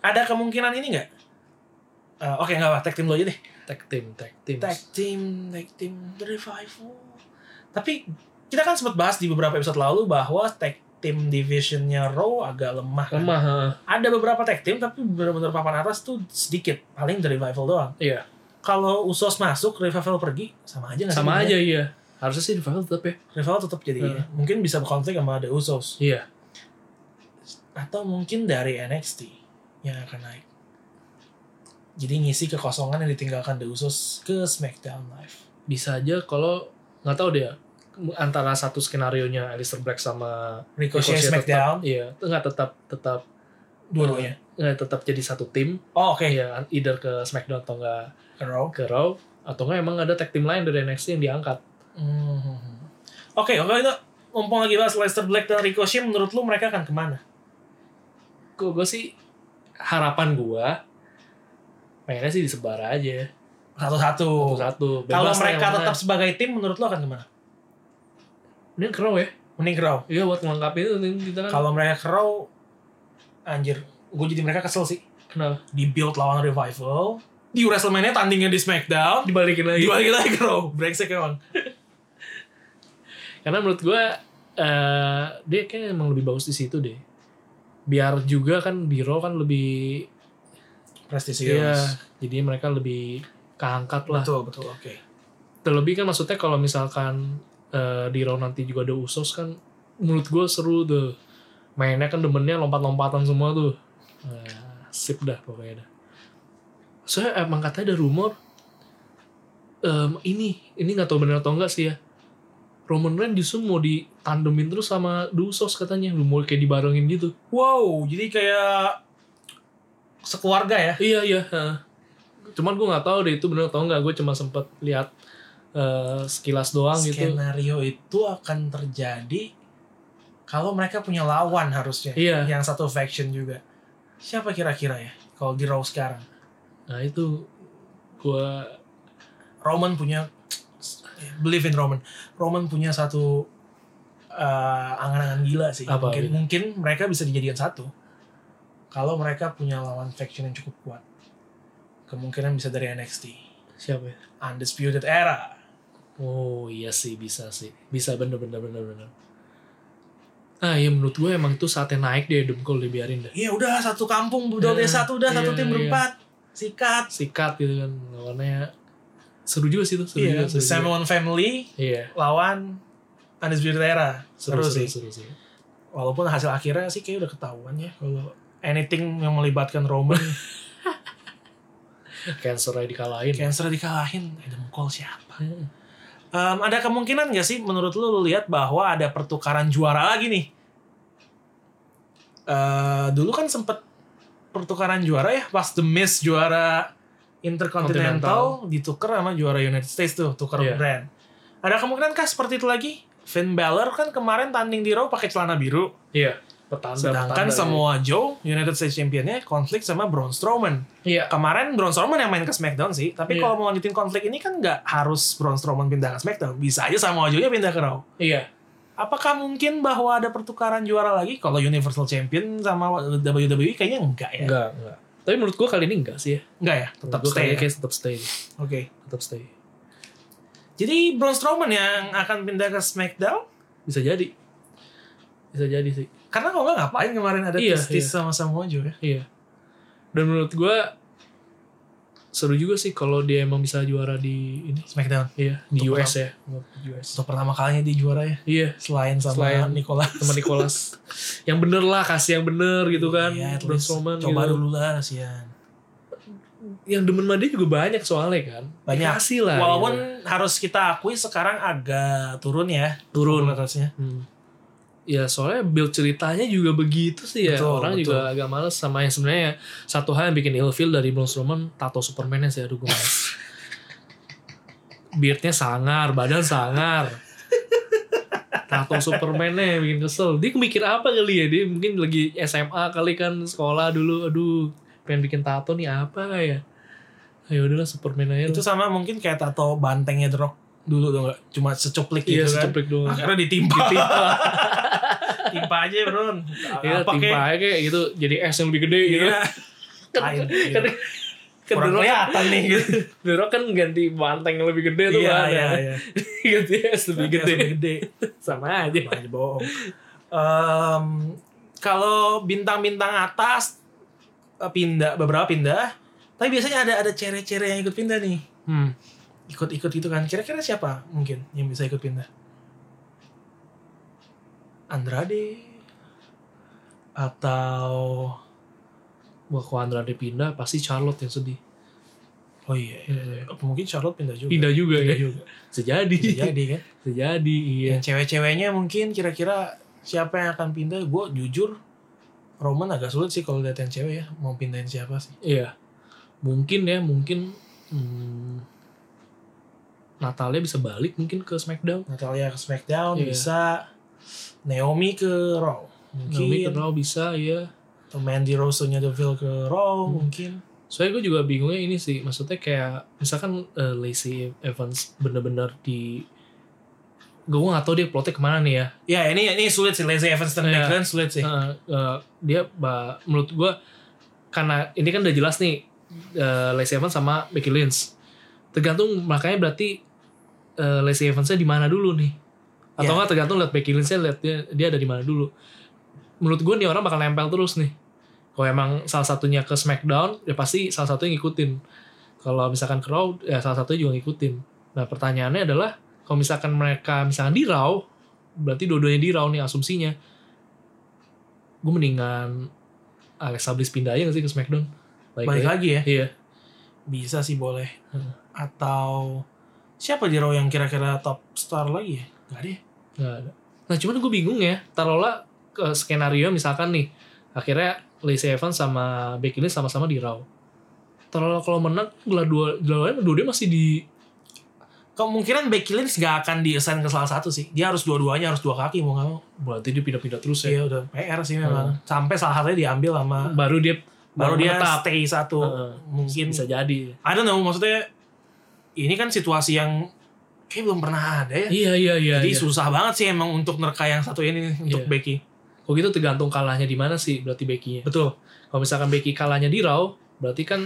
Ada kemungkinan ini nggak? Oke, nggak apa, tag team lo aja deh. Tag team. Tag team The Revival. Tapi kita kan sempat bahas di beberapa episode lalu bahwa tag team divisionnya Raw agak lemah. Kan? Ada beberapa tag team tapi benar-benar papan atas tuh sedikit. Paling The Revival doang. Iya. Kalau Usos masuk, Revival pergi, sama aja nggak sih? Sama aja, iya. Harusnya sih Revival tetap ya. Revival tetap jadi. Mungkin bisa berkonflik sama The Usos. Iya. Atau mungkin dari NXT yang akan naik. Jadi ngisi kekosongan yang ditinggalkan The Usos ke SmackDown Live. Bisa aja kalau nggak tahu deh, antara satu skenarionya Aleister Black sama Ricochet SmackDown. Iya, nggak tetap dua-duanya. Nggak tetap jadi satu tim. Oh, oke. Ya, either ke SmackDown atau nggak ke Raw, atau nggak emang ada tag team lain dari NXT yang diangkat. Oke, kalau itu mumpung lagi bahas Aleister Black dan Ricochet, menurut lu mereka akan kemana? Gue sih harapan gue pengennya sih disebar aja Satu-satu. Kalau mereka tetap sebagai tim, menurut lo akan kemana? Mending ke Raw ya. Mending ke Raw. Iya, buat melengkapi itu kita kan. Kalau mereka ke Raw, anjir, gue jadi mereka kesel sih. Kenapa? Di build lawan Revival, di WrestleMania tandingnya di SmackDown, dibalikin lagi ke Raw. Brengsek emang. Karena menurut gue dia kayaknya emang lebih bagus di situ deh. Biar juga kan di Raw kan lebih prestisius. Iya, jadi mereka lebih keangkat lah. Betul, oke. Terlebih kan maksudnya kalau misalkan di Raw nanti juga ada Usos kan, menurut gue seru tuh. Mainnya kan demennya lompat-lompatan semua tuh. Sip dah pokoknya dah. Soalnya emang katanya ada rumor ini nggak tahu benar atau enggak sih ya. Roman Reigns justru mau ditandemin terus sama The Usos katanya, mau kayak dibarengin gitu. Wow, jadi kayak sekeluarga ya? Iya. Cuman gue nggak tahu deh itu benar atau enggak. Gue cuma sempat lihat sekilas doang gitu. Skenario itu akan terjadi kalau mereka punya lawan harusnya. Iya. Yang satu faction juga. Siapa kira-kira ya kalau di Raw sekarang? Nah itu gue Roman punya believe in Roman. Roman punya satu angan-angan gila sih. Apa, mungkin mereka bisa dijadikan satu. Kalau mereka punya lawan faction yang cukup kuat, kemungkinan bisa dari NXT. Siapa ya? Undisputed Era. Oh iya sih, bisa bener. Ah iya, menurut gue emang itu saatnya naik deh, Dempul dibiarin dah. Iya udah, satu kampung budal desa tuh udah, satu tim berempat. Sikat gitu kan, lawannya seru juga sih tuh. The Samoan Family lawan Undisputed Era. Seru sih. Walaupun hasil akhirnya sih kayak udah ketahuan ya kalau anything yang melibatkan Roman. Cancer dikalahin. Dempul siapa? Ada kemungkinan gak sih menurut lu lihat bahwa ada pertukaran juara lagi nih? Dulu kan sempet pertukaran juara ya, pas The Miz juara Intercontinental ditukar sama juara United States tuh, tukar brand. Ada kemungkinan kah seperti itu lagi? Finn Balor kan kemarin tanding di Raw pakai celana biru. Iya. Sedangkan Samoa Joe, United States Championnya, konflik sama Braun Strowman. Iya. Kemarin Braun Strowman yang main ke SmackDown sih. Tapi kalau mau lanjutin konflik ini kan nggak harus Braun Strowman pindah ke SmackDown. Bisa aja Samoa Joe-nya pindah ke Raw. Iya. Apakah mungkin bahwa ada pertukaran juara lagi? Kalau Universal Champion sama WWE kayaknya enggak ya? Enggak. Tapi menurut gue kali ini enggak sih ya. Enggak ya? Tetap stay ya? Tetap stay. Oke. Tetap stay. Jadi Braun Strowman yang akan pindah ke SmackDown? Bisa jadi sih. Karena kalau nggak ngapain kemarin ada tis sama Samoa Joe ya? Iya. Dan menurut gue seru juga sih kalau dia emang bisa juara di ini SmackDown. Iya, di US ya. Untuk pertama kalinya dia juara ya? Iya. Selain Nicholas. Sama Nicholas. Yang bener lah, kasih yang bener gitu kan. Iya, coba gitu. Dulu lah, kasihan. Yang demen sama dia juga banyak soalnya kan. Banyak. Kasih lah. Walaupun harus kita akui sekarang agak turun ya. Turun. Terusnya. Ya soalnya build ceritanya juga begitu sih ya. Orang juga agak males sama yang sebenarnya satu hal yang bikin ilfeel dari Braun Strowman, tato Superman-nya sih, aduh gue males. Beardnya sangar, badan sangar. Tato Superman-nya bikin kesel. Dia mikir apa kali ya? Dia mungkin lagi SMA kali kan, sekolah dulu. Aduh, pengen bikin tato nih apa ya? Ayo udahlah Superman aja. Itu sama mungkin kayak tato bantengnya The Rock dulu tuh nggak? Cuma secuplik gitu kan? Secuplik doang. Akhirnya ditimpa. Timpa aja bro. Iya, timpa aja kayak gitu. Jadi es yang lebih gede gitu. Lain. Kan Kurang kelihatan nih gitu. The Rock kan ganti banteng yang lebih gede tuh kan. Iya. Ganti es lebih gede. Gede. Sama aja. Sama aja bohong. Kalau bintang-bintang atas beberapa pindah, tapi biasanya ada cere-cere yang ikut pindah nih. Ikut-ikut itu kan. Kira-kira siapa mungkin yang bisa ikut pindah? Andrade atau Wah, kalau Andrade pindah pasti Charlotte yang sedih. oh iya. Mungkin Charlotte pindah juga. Pindah juga ya. Juga. Sejadi. Bisa jadi kan. Sejadi, iya. Yang cewek-ceweknya mungkin kira-kira siapa yang akan pindah? Gue jujur Roman agak sulit sih kalau lihat yang cewek ya. Mau pindahin siapa sih? Iya. Mungkin Natalia bisa balik mungkin ke SmackDown. Natalia ke SmackDown Iya. bisa. Naomi ke Raw mungkin. Naomi ke Raw bisa, ya. Atau Mandy Rose-nya Deville ke Raw mungkin. Soalnya gue juga bingungnya ini sih, maksudnya kayak misalkan Lacey Evans bener-bener gue gak tau dia plotnya kemana nih ya. Ya ini sulit sih, Lacey Evans dan Becky Lynch sulit sih. Dia menurut gue karena ini kan udah jelas nih Lacey Evans sama Becky Lynch. Tergantung makanya berarti Lacey Evansnya di mana dulu nih? Atau nggak tergantung lihat Becky Lynch-nya, lihat dia ada di mana dulu. Menurut gue nih orang bakal nempel terus nih. Kalau emang salah satunya ke SmackDown, ya pasti salah satunya ngikutin. Kalau misalkan ke Raw, ya salah satunya juga ngikutin. Nah pertanyaannya adalah, kalau misalkan mereka misalkan di Raw, berarti dua-duanya di Raw nih asumsinya. Gue mendingan Alexa Bliss pindah aja gak sih ke SmackDown? Balik lagi ya? Iya. Bisa sih boleh. Atau siapa di Raw yang kira-kira top star lagi ya? Gak ada ya? Gak ada. Nah cuman gue bingung ya, taruhlah ke skenario misalkan nih, akhirnya Lacey Evans sama Becky Lynch sama-sama di Raw. Taruhlah kalau menang, dua-duanya masih di... Kemungkinan Becky Lynch gak akan di-assign ke salah satu sih. Dia harus dua-duanya, harus dua kaki mau gak mau. Berarti dia pindah-pindah terus ya? Iya udah PR sih memang. Sampai salah satunya diambil sama... Baru dia menetap. Stay satu. Mungkin. Bisa jadi. I don't know, maksudnya ini kan situasi yang kayak belum pernah ada ya. Iya. Jadi susah banget sih emang untuk nerka yang satu ini untuk Becky. Kok gitu tergantung kalahnya di mana sih berarti Becky-nya. Betul. Kalau misalkan Becky kalahnya di Raw, berarti kan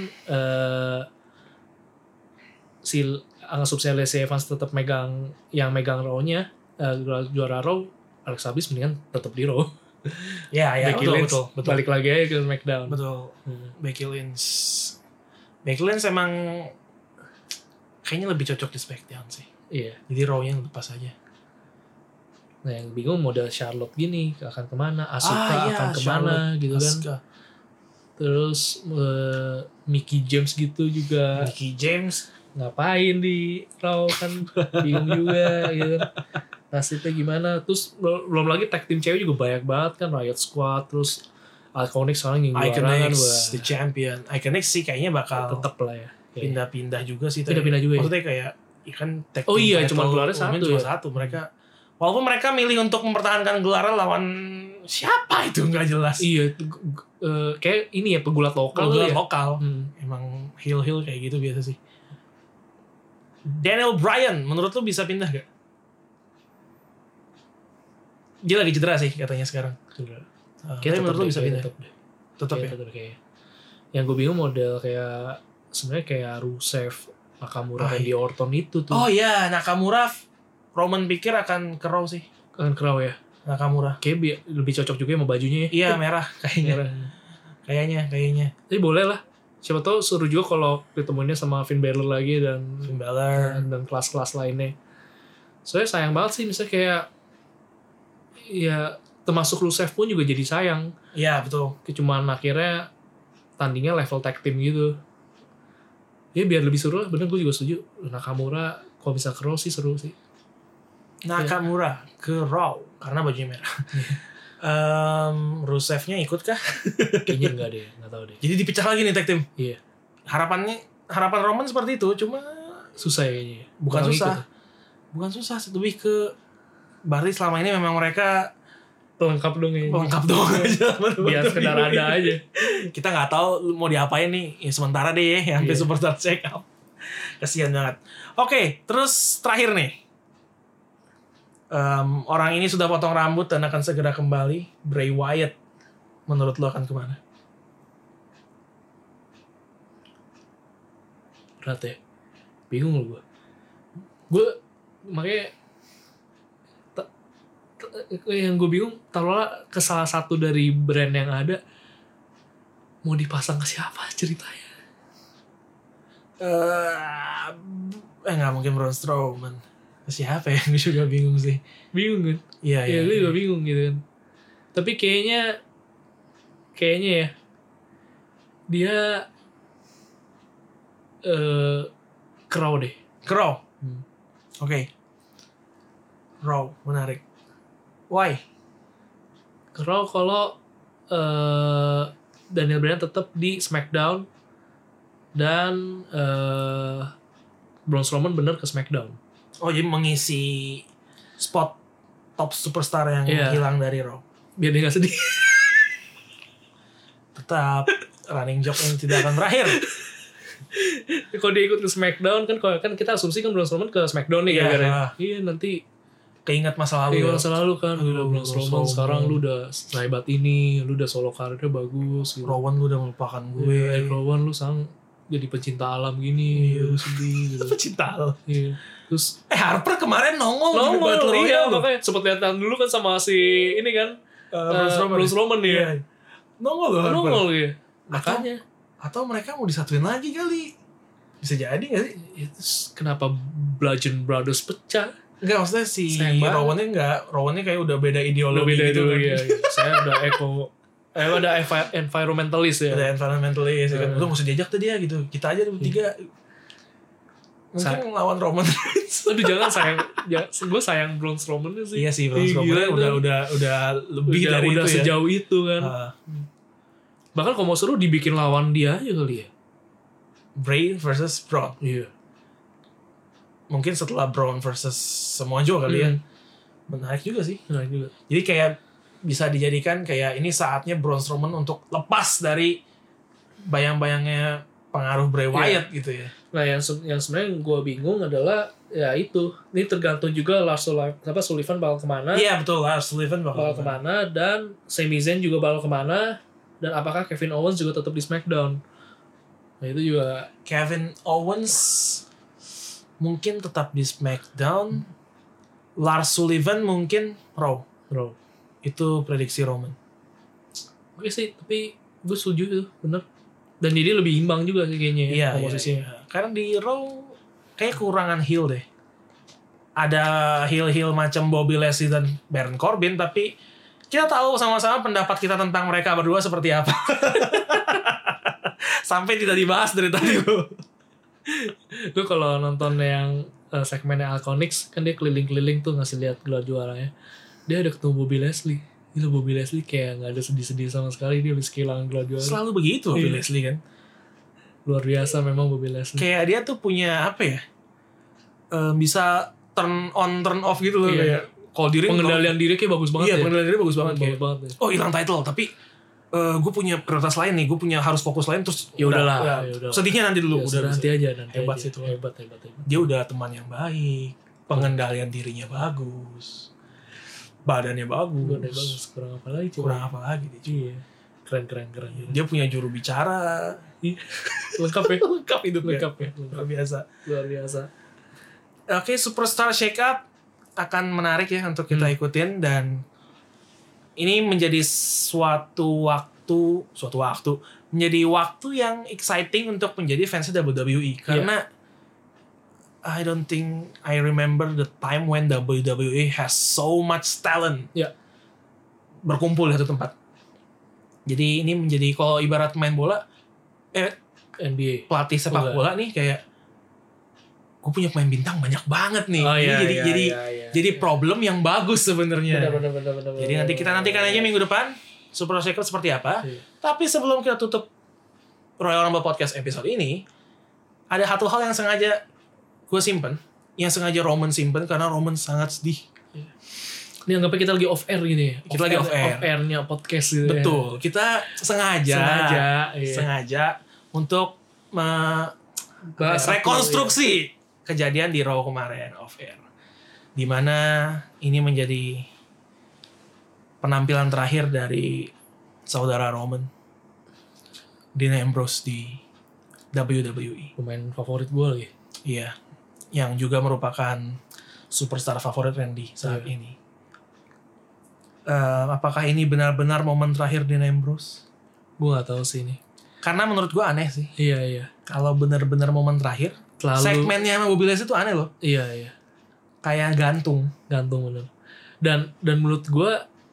si asumsi Lacey Evans tetap megang Raw-nya, juara Raw, Alexa Bliss mendingan tetap di Raw. Ya, Becky Lynch betul. Balik lagi aja ke SmackDown. Betul. Becky Lynch emang kayaknya lebih cocok di SmackDown sih. Iya. Jadi Raw-nya lepas aja. Nah yang bingung model Charlotte gini akan kemana, Asuka akan kemana Charlotte, gitu kan. Asuka. Terus Mickie James gitu juga. Mickie James ngapain di Raw kan bingung juga gitu kan. Nasibnya gimana. Terus belum lagi tag team cewek juga banyak banget kan, Riot Squad, terus Iconics sekarang yang juara kan. The champion. Iconics sih kayaknya bakal tetep lah ya. Pindah-pindah juga sih. Pindah-pindah juga. Maksudnya kayak kan tag team. Oh iya, cuma gelarnya satu. Mereka walaupun mereka milih untuk mempertahankan gelarnya lawan siapa itu nggak jelas. Iya, kayak ini ya pegulat lokal. Lokal. Emang heel kayak gitu biasa sih. Daniel Bryan, menurut lu bisa pindah gak? Dia lagi cedera sih katanya sekarang. Kayaknya menurut lu bisa pindah? Tetap ya? Tetap kayak. Yang gue bingung model kayak sebenarnya kayak Rusev, Nakamura, Randy Orton itu tuh. Oh iya, Nakamura. Roman pikir akan ke Raw sih. Akan ke Raw ya? Nakamura. Kayak lebih cocok juga sama bajunya ya. Iya, merah kayaknya. Kayaknya. Tapi boleh lah. Siapa tahu seru juga kalau ditemuinnya sama Finn Balor lagi dan kelas-kelas lainnya. Soalnya sayang banget sih misalnya kayak ya termasuk Rusev pun juga jadi sayang. Iya, betul. Cuman akhirnya tandingnya level tag team gitu. Ya biar lebih seru lah, bener gue juga setuju. Nakamura kalau bisa ke Raw sih seru sih. Nakamura ke Raw karena bajunya merah. Rusevnya ikut kah? Kayaknya enggak deh, enggak tahu deh. Jadi dipecah lagi nih tag team. Iya. Harapan Roman seperti itu, cuma susah ya kayaknya. Bukan susah, lebih ke berarti selama ini memang mereka pelengkap dong aja. Biar sekedar ada aja. Kita nggak tahu mau diapain nih. Ya sementara deh ya, sampai Superstar check up. Kasian banget. Oke, terus terakhir nih. Orang ini sudah potong rambut dan akan segera kembali. Bray Wyatt, menurut lo akan kemana? berat ya. Bingung loh gue makanya yang gue bingung, taruhlah ke salah satu dari brand yang ada, mau dipasang ke siapa ceritanya? Nggak mungkin Braun Strowman. Siapa ya? Gue juga bingung sih. Bingung kan? Iya. Gue juga bingung gitu kan. Tapi kayaknya ya dia Crow deh. Crow. Oke. Crow menarik. Why? Crow kalau Daniel Bryan tetap di SmackDown dan Braun Strowman bener ke SmackDown. Oh, jadi mengisi spot top superstar yang hilang dari Raw. Biar dia gak sedih. Tetap running joke yang tidak akan berakhir. Kalau dia ikut ke SmackDown kan kita asumsi kan Braun Strowman ke SmackDown nih gara-gara. Iya, nanti keingat masa lalu. Masa lalu kan. Udah Braun Strowman sekarang lu udah sehebat ini, lu udah solo karirnya bagus gitu. Rowan lu udah melupakan gue. Rowan lu sang jadi pecinta alam gini, lu sedih gitu. Pecinta alam. Iya. Terus Harper kemarin nongol iya, makanya sempet liatan dulu kan sama si ini kan Braun Strowman nih. Iya. Nongol loh Harper. Nongol ya. Makanya atau mereka mau disatuin lagi kali. Bisa jadi gak sih? Itu kenapa Bludgeon Brothers pecah? Enggak, maksudnya si Rowannya kayak udah beda ideologi gitu kan. Iya. Saya udah ada environmentalist ya. Ada environmentalist kan. Udah gak usah diajak tuh dia gitu. Kita aja bertiga. Mungkin lawan Roman Reigns. Aduh jangan gue sayang Braun Strowman sih. Iya sih, Braun Strowman udah lebih dari itu ya. Udah sejauh itu kan. Bahkan kalau mau seru dibikin lawan dia aja kali ya. Bray versus Braun. Iya. Mungkin setelah Braun versus semua juga kali ya. Menarik juga sih. Menarik juga. Jadi kayak bisa dijadikan kayak ini saatnya Braun Strowman untuk lepas dari bayang-bayangnya pengaruh Bray Wyatt gitu ya. Nah yang sebenarnya gue bingung adalah ya itu. Ini tergantung juga Lars Sullivan bakal kemana. Iya betul, Lars Sullivan bakal kemana. Dan Sami Zayn juga bakal kemana. Dan apakah Kevin Owens juga tetap di SmackDown? Nah itu juga. Kevin Owens mungkin tetap di SmackDown. Lars Sullivan mungkin Raw. Itu prediksi Roman. Oke sih, tapi gue setuju itu, bener. Dan jadi lebih imbang juga sih kayaknya posisinya. Iya. Karena di Raw kayak kurangan heel deh. Ada heel macam Bobby Lashley dan Baron Corbin, tapi kita tahu sama-sama pendapat kita tentang mereka berdua seperti apa. Sampai tidak dibahas dari tadi. Lu kalau nonton yang segmennya Iconics kan dia keliling-keliling tuh ngasih lihat gelar juaranya. Dia ada ketemu Bobby Lashley. Gila Bobby Lashley kayak gak ada sedih-sedih sama sekali. Dia habis kehilangan gelar juara. Selalu begitu Bobby Lashley kan. Luar biasa memang Bobby Lashley. Kayak dia tuh punya apa ya, bisa turn on turn off gitu loh. Kayak kalau diri pengendalian diri kayak bagus banget. Iya, pengendalian diri bagus banget. Oh hilang title tapi gue punya prioritas lain nih, gue punya harus fokus lain, terus ya udahlah. Sedihnya nanti dulu. Udah nanti aja. Hebat sih itu. Hebat. Dia udah teman yang baik, pengendalian dirinya bagus, badannya bagus. Kurang apa lagi? Dia. Iya. Keren. Dia punya juru bicara. Lengkap ya. Lengkap ya. Luar biasa. Oke, Superstar Shake Up akan menarik ya untuk kita ikutin, dan ini menjadi suatu waktu menjadi waktu yang exciting untuk menjadi fans WWE karena I don't think I remember the time when WWE has so much talent berkumpul di satu tempat. Jadi ini menjadi kalau ibarat main bola NBA pelatih sepak bola nih kayak gue punya pemain bintang banyak banget nih. Jadi problem yang bagus sebenarnya. Benar. Jadi nanti kita nantikan aja minggu depan Super Secret seperti apa. Tapi sebelum kita tutup Royal Rumble Podcast episode ini, ada satu hal yang sengaja gue simpen, yang sengaja Roman simpen karena Roman sangat sedih. Ini anggapnya kita lagi off air gini ya. Kita lagi off airnya podcast gitu. Betul. Kita sengaja untuk rekonstruksi kejadian di Raw kemarin off air, di mana ini menjadi penampilan terakhir dari saudara Roman, Dean Ambrose di WWE. Pemain favorit gue lagi. Iya. Yang juga merupakan superstar favorit Randy saat ini. Apakah ini benar-benar momen terakhir Dean Ambrose? Gue gak tahu sih ini. Karena menurut gue aneh sih. Iya. Kalau benar-benar momen terakhir, segmennya sama Bobby Lashley itu aneh loh. Iya. Kayak gantung bener. Dan menurut gue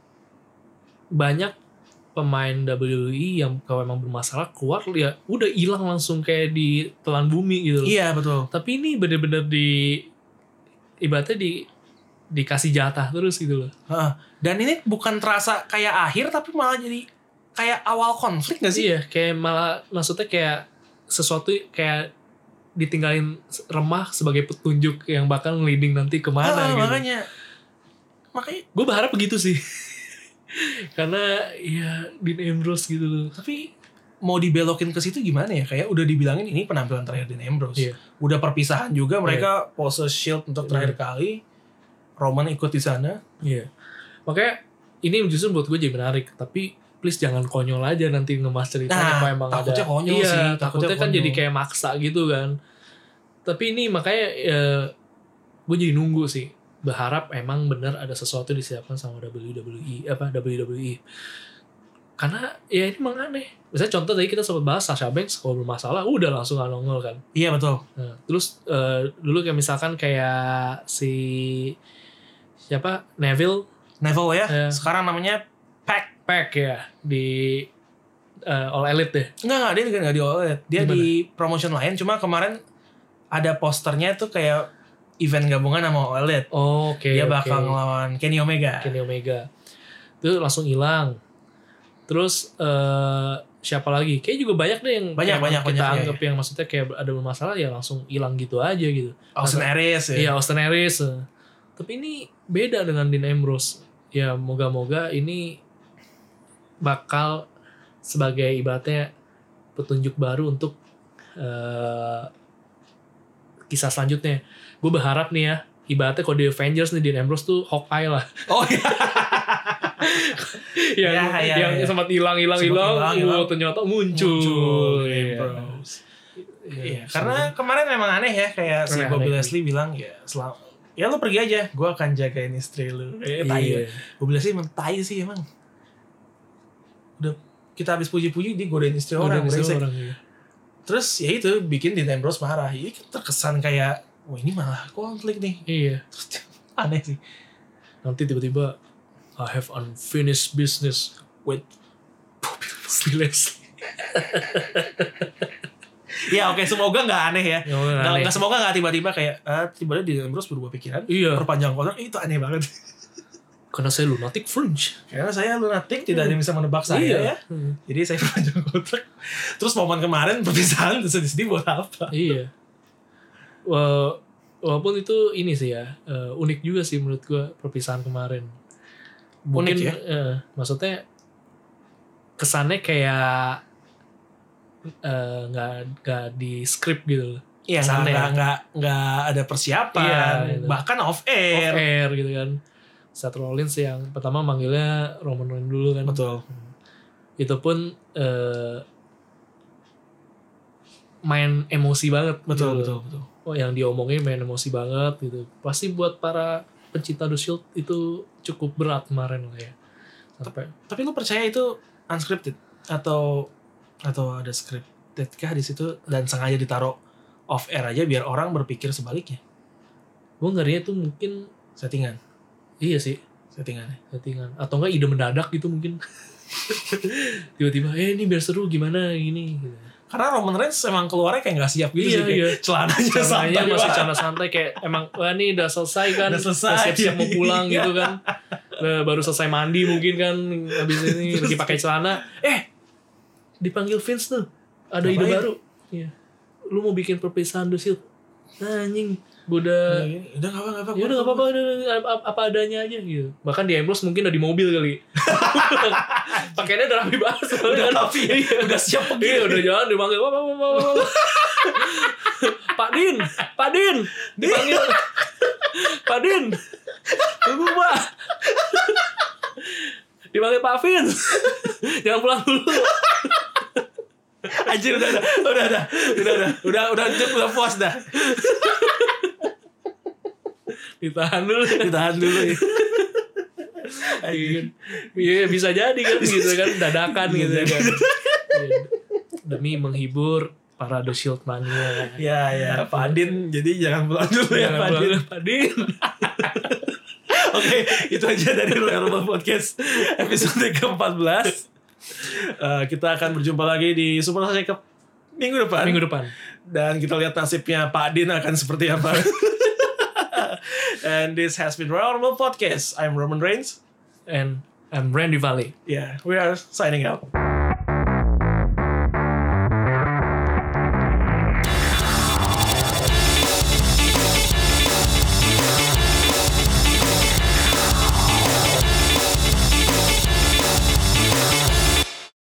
banyak pemain WWE yang kalau emang bermasalah keluar ya udah hilang langsung kayak di telan bumi gitu. Iya betul. Tapi ini bener-bener ibaratnya dikasih jatah terus gitu loh. Dan ini bukan terasa kayak akhir tapi malah jadi kayak awal konflik gak sih? Iya, kayak malah maksudnya kayak sesuatu kayak ditinggalin remah sebagai petunjuk yang bakal leading nanti kemana gitu. Makanya gue berharap begitu sih. Karena ya Dean Ambrose gitu loh. Tapi mau dibelokin ke situ gimana ya? Kayak udah dibilangin ini penampilan terakhir Dean Ambrose. Iya. Udah perpisahan juga mereka pose Shield untuk terakhir kali. Roman ikut di sana. Iya. Makanya ini justru buat gue jadi menarik. Tapi please jangan konyol aja nanti ngemas ceritanya apa emang takutnya ada. Konyol iya, sih. takutnya kan konyol. jadi kayak maksa gitu kan. Tapi ini makanya gue jadi nunggu sih. Berharap emang benar ada sesuatu disiapkan sama WWE. Karena ya ini emang aneh. Misalnya contoh tadi kita sempat bahas Sasha Banks kalau bermasalah udah langsung nongol kan. Iya betul. Nah, terus dulu kayak misalkan kayak si siapa Neville ya. Sekarang namanya Pac ya di All Elite deh. Enggak dia nggak di All Elite. Dia Gimana? di promotion lain. Cuma kemarin ada posternya tuh kayak event gabungan sama All Elite. Oh, oke. Dia bakal ngelawan Kenny Omega. Itu langsung hilang. Terus siapa lagi? Kayak juga banyak deh yang banyak kita anggap yang maksudnya kayak ada masalah ya langsung hilang gitu aja gitu. Austin Aries ya. Iya, Austin Aries. Tapi ini beda dengan Dean Ambrose. Ya moga-moga ini bakal sebagai ibaratnya petunjuk baru untuk kisah selanjutnya. Gue berharap nih ya, ibaratnya kalau di Avengers nih Dean Ambrose tuh Hawkeye lah. Oh iya. yang sempat hilang, ternyata muncul. Ambrose. Iya, karena kemarin memang aneh ya kayak si Bobby Lashley bilang ya ya lu pergi aja, gue akan jagain istri lu. Tai. Bobby Lashley emang tai sih emang. Udah kita habis puji-puji dia godain istri orang. Iya. Terus ya itu bikin Dean Ambrose marah. Ini terkesan kayak wah ini malah konflik nih. Iya. Aneh sih. Nanti tiba-tiba I have unfinished business with Bobby Lashley. Ya oke, semoga nggak aneh ya. Semoga nggak tiba-tiba kayak tiba-tiba Dean Ambrose berubah pikiran. Iya. Perpanjang kontrak itu aneh banget. Karena saya lunatic fringe. Karena saya lunatic, tidak ada yang bisa menebak saya ya. Jadi saya perpanjang kontrak. Terus momen kemarin perpisahan sedih-sedih buat apa? Iya. Walaupun itu ini sih ya, unik juga sih menurut gue perpisahan kemarin. Mungkin, unik ya? Maksudnya kesannya kayak nggak di script gitu. Iya, nggak ada persiapan. Iya, gitu. Bahkan off air gitu kan. Seth Rollins yang pertama manggilnya Roman Reigns dulu kan. Betul. Itu pun main emosi banget. Betul. Oh, yang diomongin main emosi banget gitu. Pasti buat para pencinta The Shield itu cukup berat kemarin lah ya. Tapi lu percaya itu unscripted atau ada scripted kah di situ dan sengaja ditaruh off air aja biar orang berpikir sebaliknya? Gue ngerinya tuh mungkin settingan. Iya sih, settingan. Atau enggak ide mendadak gitu mungkin. Tiba-tiba ini biar seru gimana gini gitu. Karena Roman Reigns emang keluarnya kayak gak siap gitu sih. Iya. Celananya masih celana santai kayak emang wah ini udah selesai kan. Udah selesai. Siap-siap mau pulang gitu kan. Baru selesai mandi mungkin kan. Habis ini lagi pakai celana. Dipanggil Vince tuh. Ada ide baru. Iya. Lu mau bikin perpisahan The Shield. Anjing. Udah gak apa-apa. Ya udah gak apa-apa, apa adanya aja gitu. Bahkan di Ambrose mungkin udah di mobil kali. Pakaiannya udah rapi banget. Udah rapi ya? Udah siap pergi. Udah jalan dipanggil. Pak Din. Dipanggil. Pak Din. Tunggu Pak. Dipanggil Pak Vince. Jangan pulang dulu. Anjir udah puas dah. Ditahan dulu. Ya. Iya bisa jadi kan gitu kan dadakan gitu kan. Demi menghibur para The Shield Mania. Ya, Pak Adin, jadi jangan pulang dulu ya Pak Adin. Pak Adin. Oke, itu aja dari Royal Rumble Podcast episode ke-14. Kita akan berjumpa lagi di Super Sasi Cup minggu depan. Dan kita lihat nasibnya Pak Adin akan seperti apa. And this has been Royal Rumble Podcast. I'm Roman Reigns. And I'm Randy Valley. Yeah, we are signing out.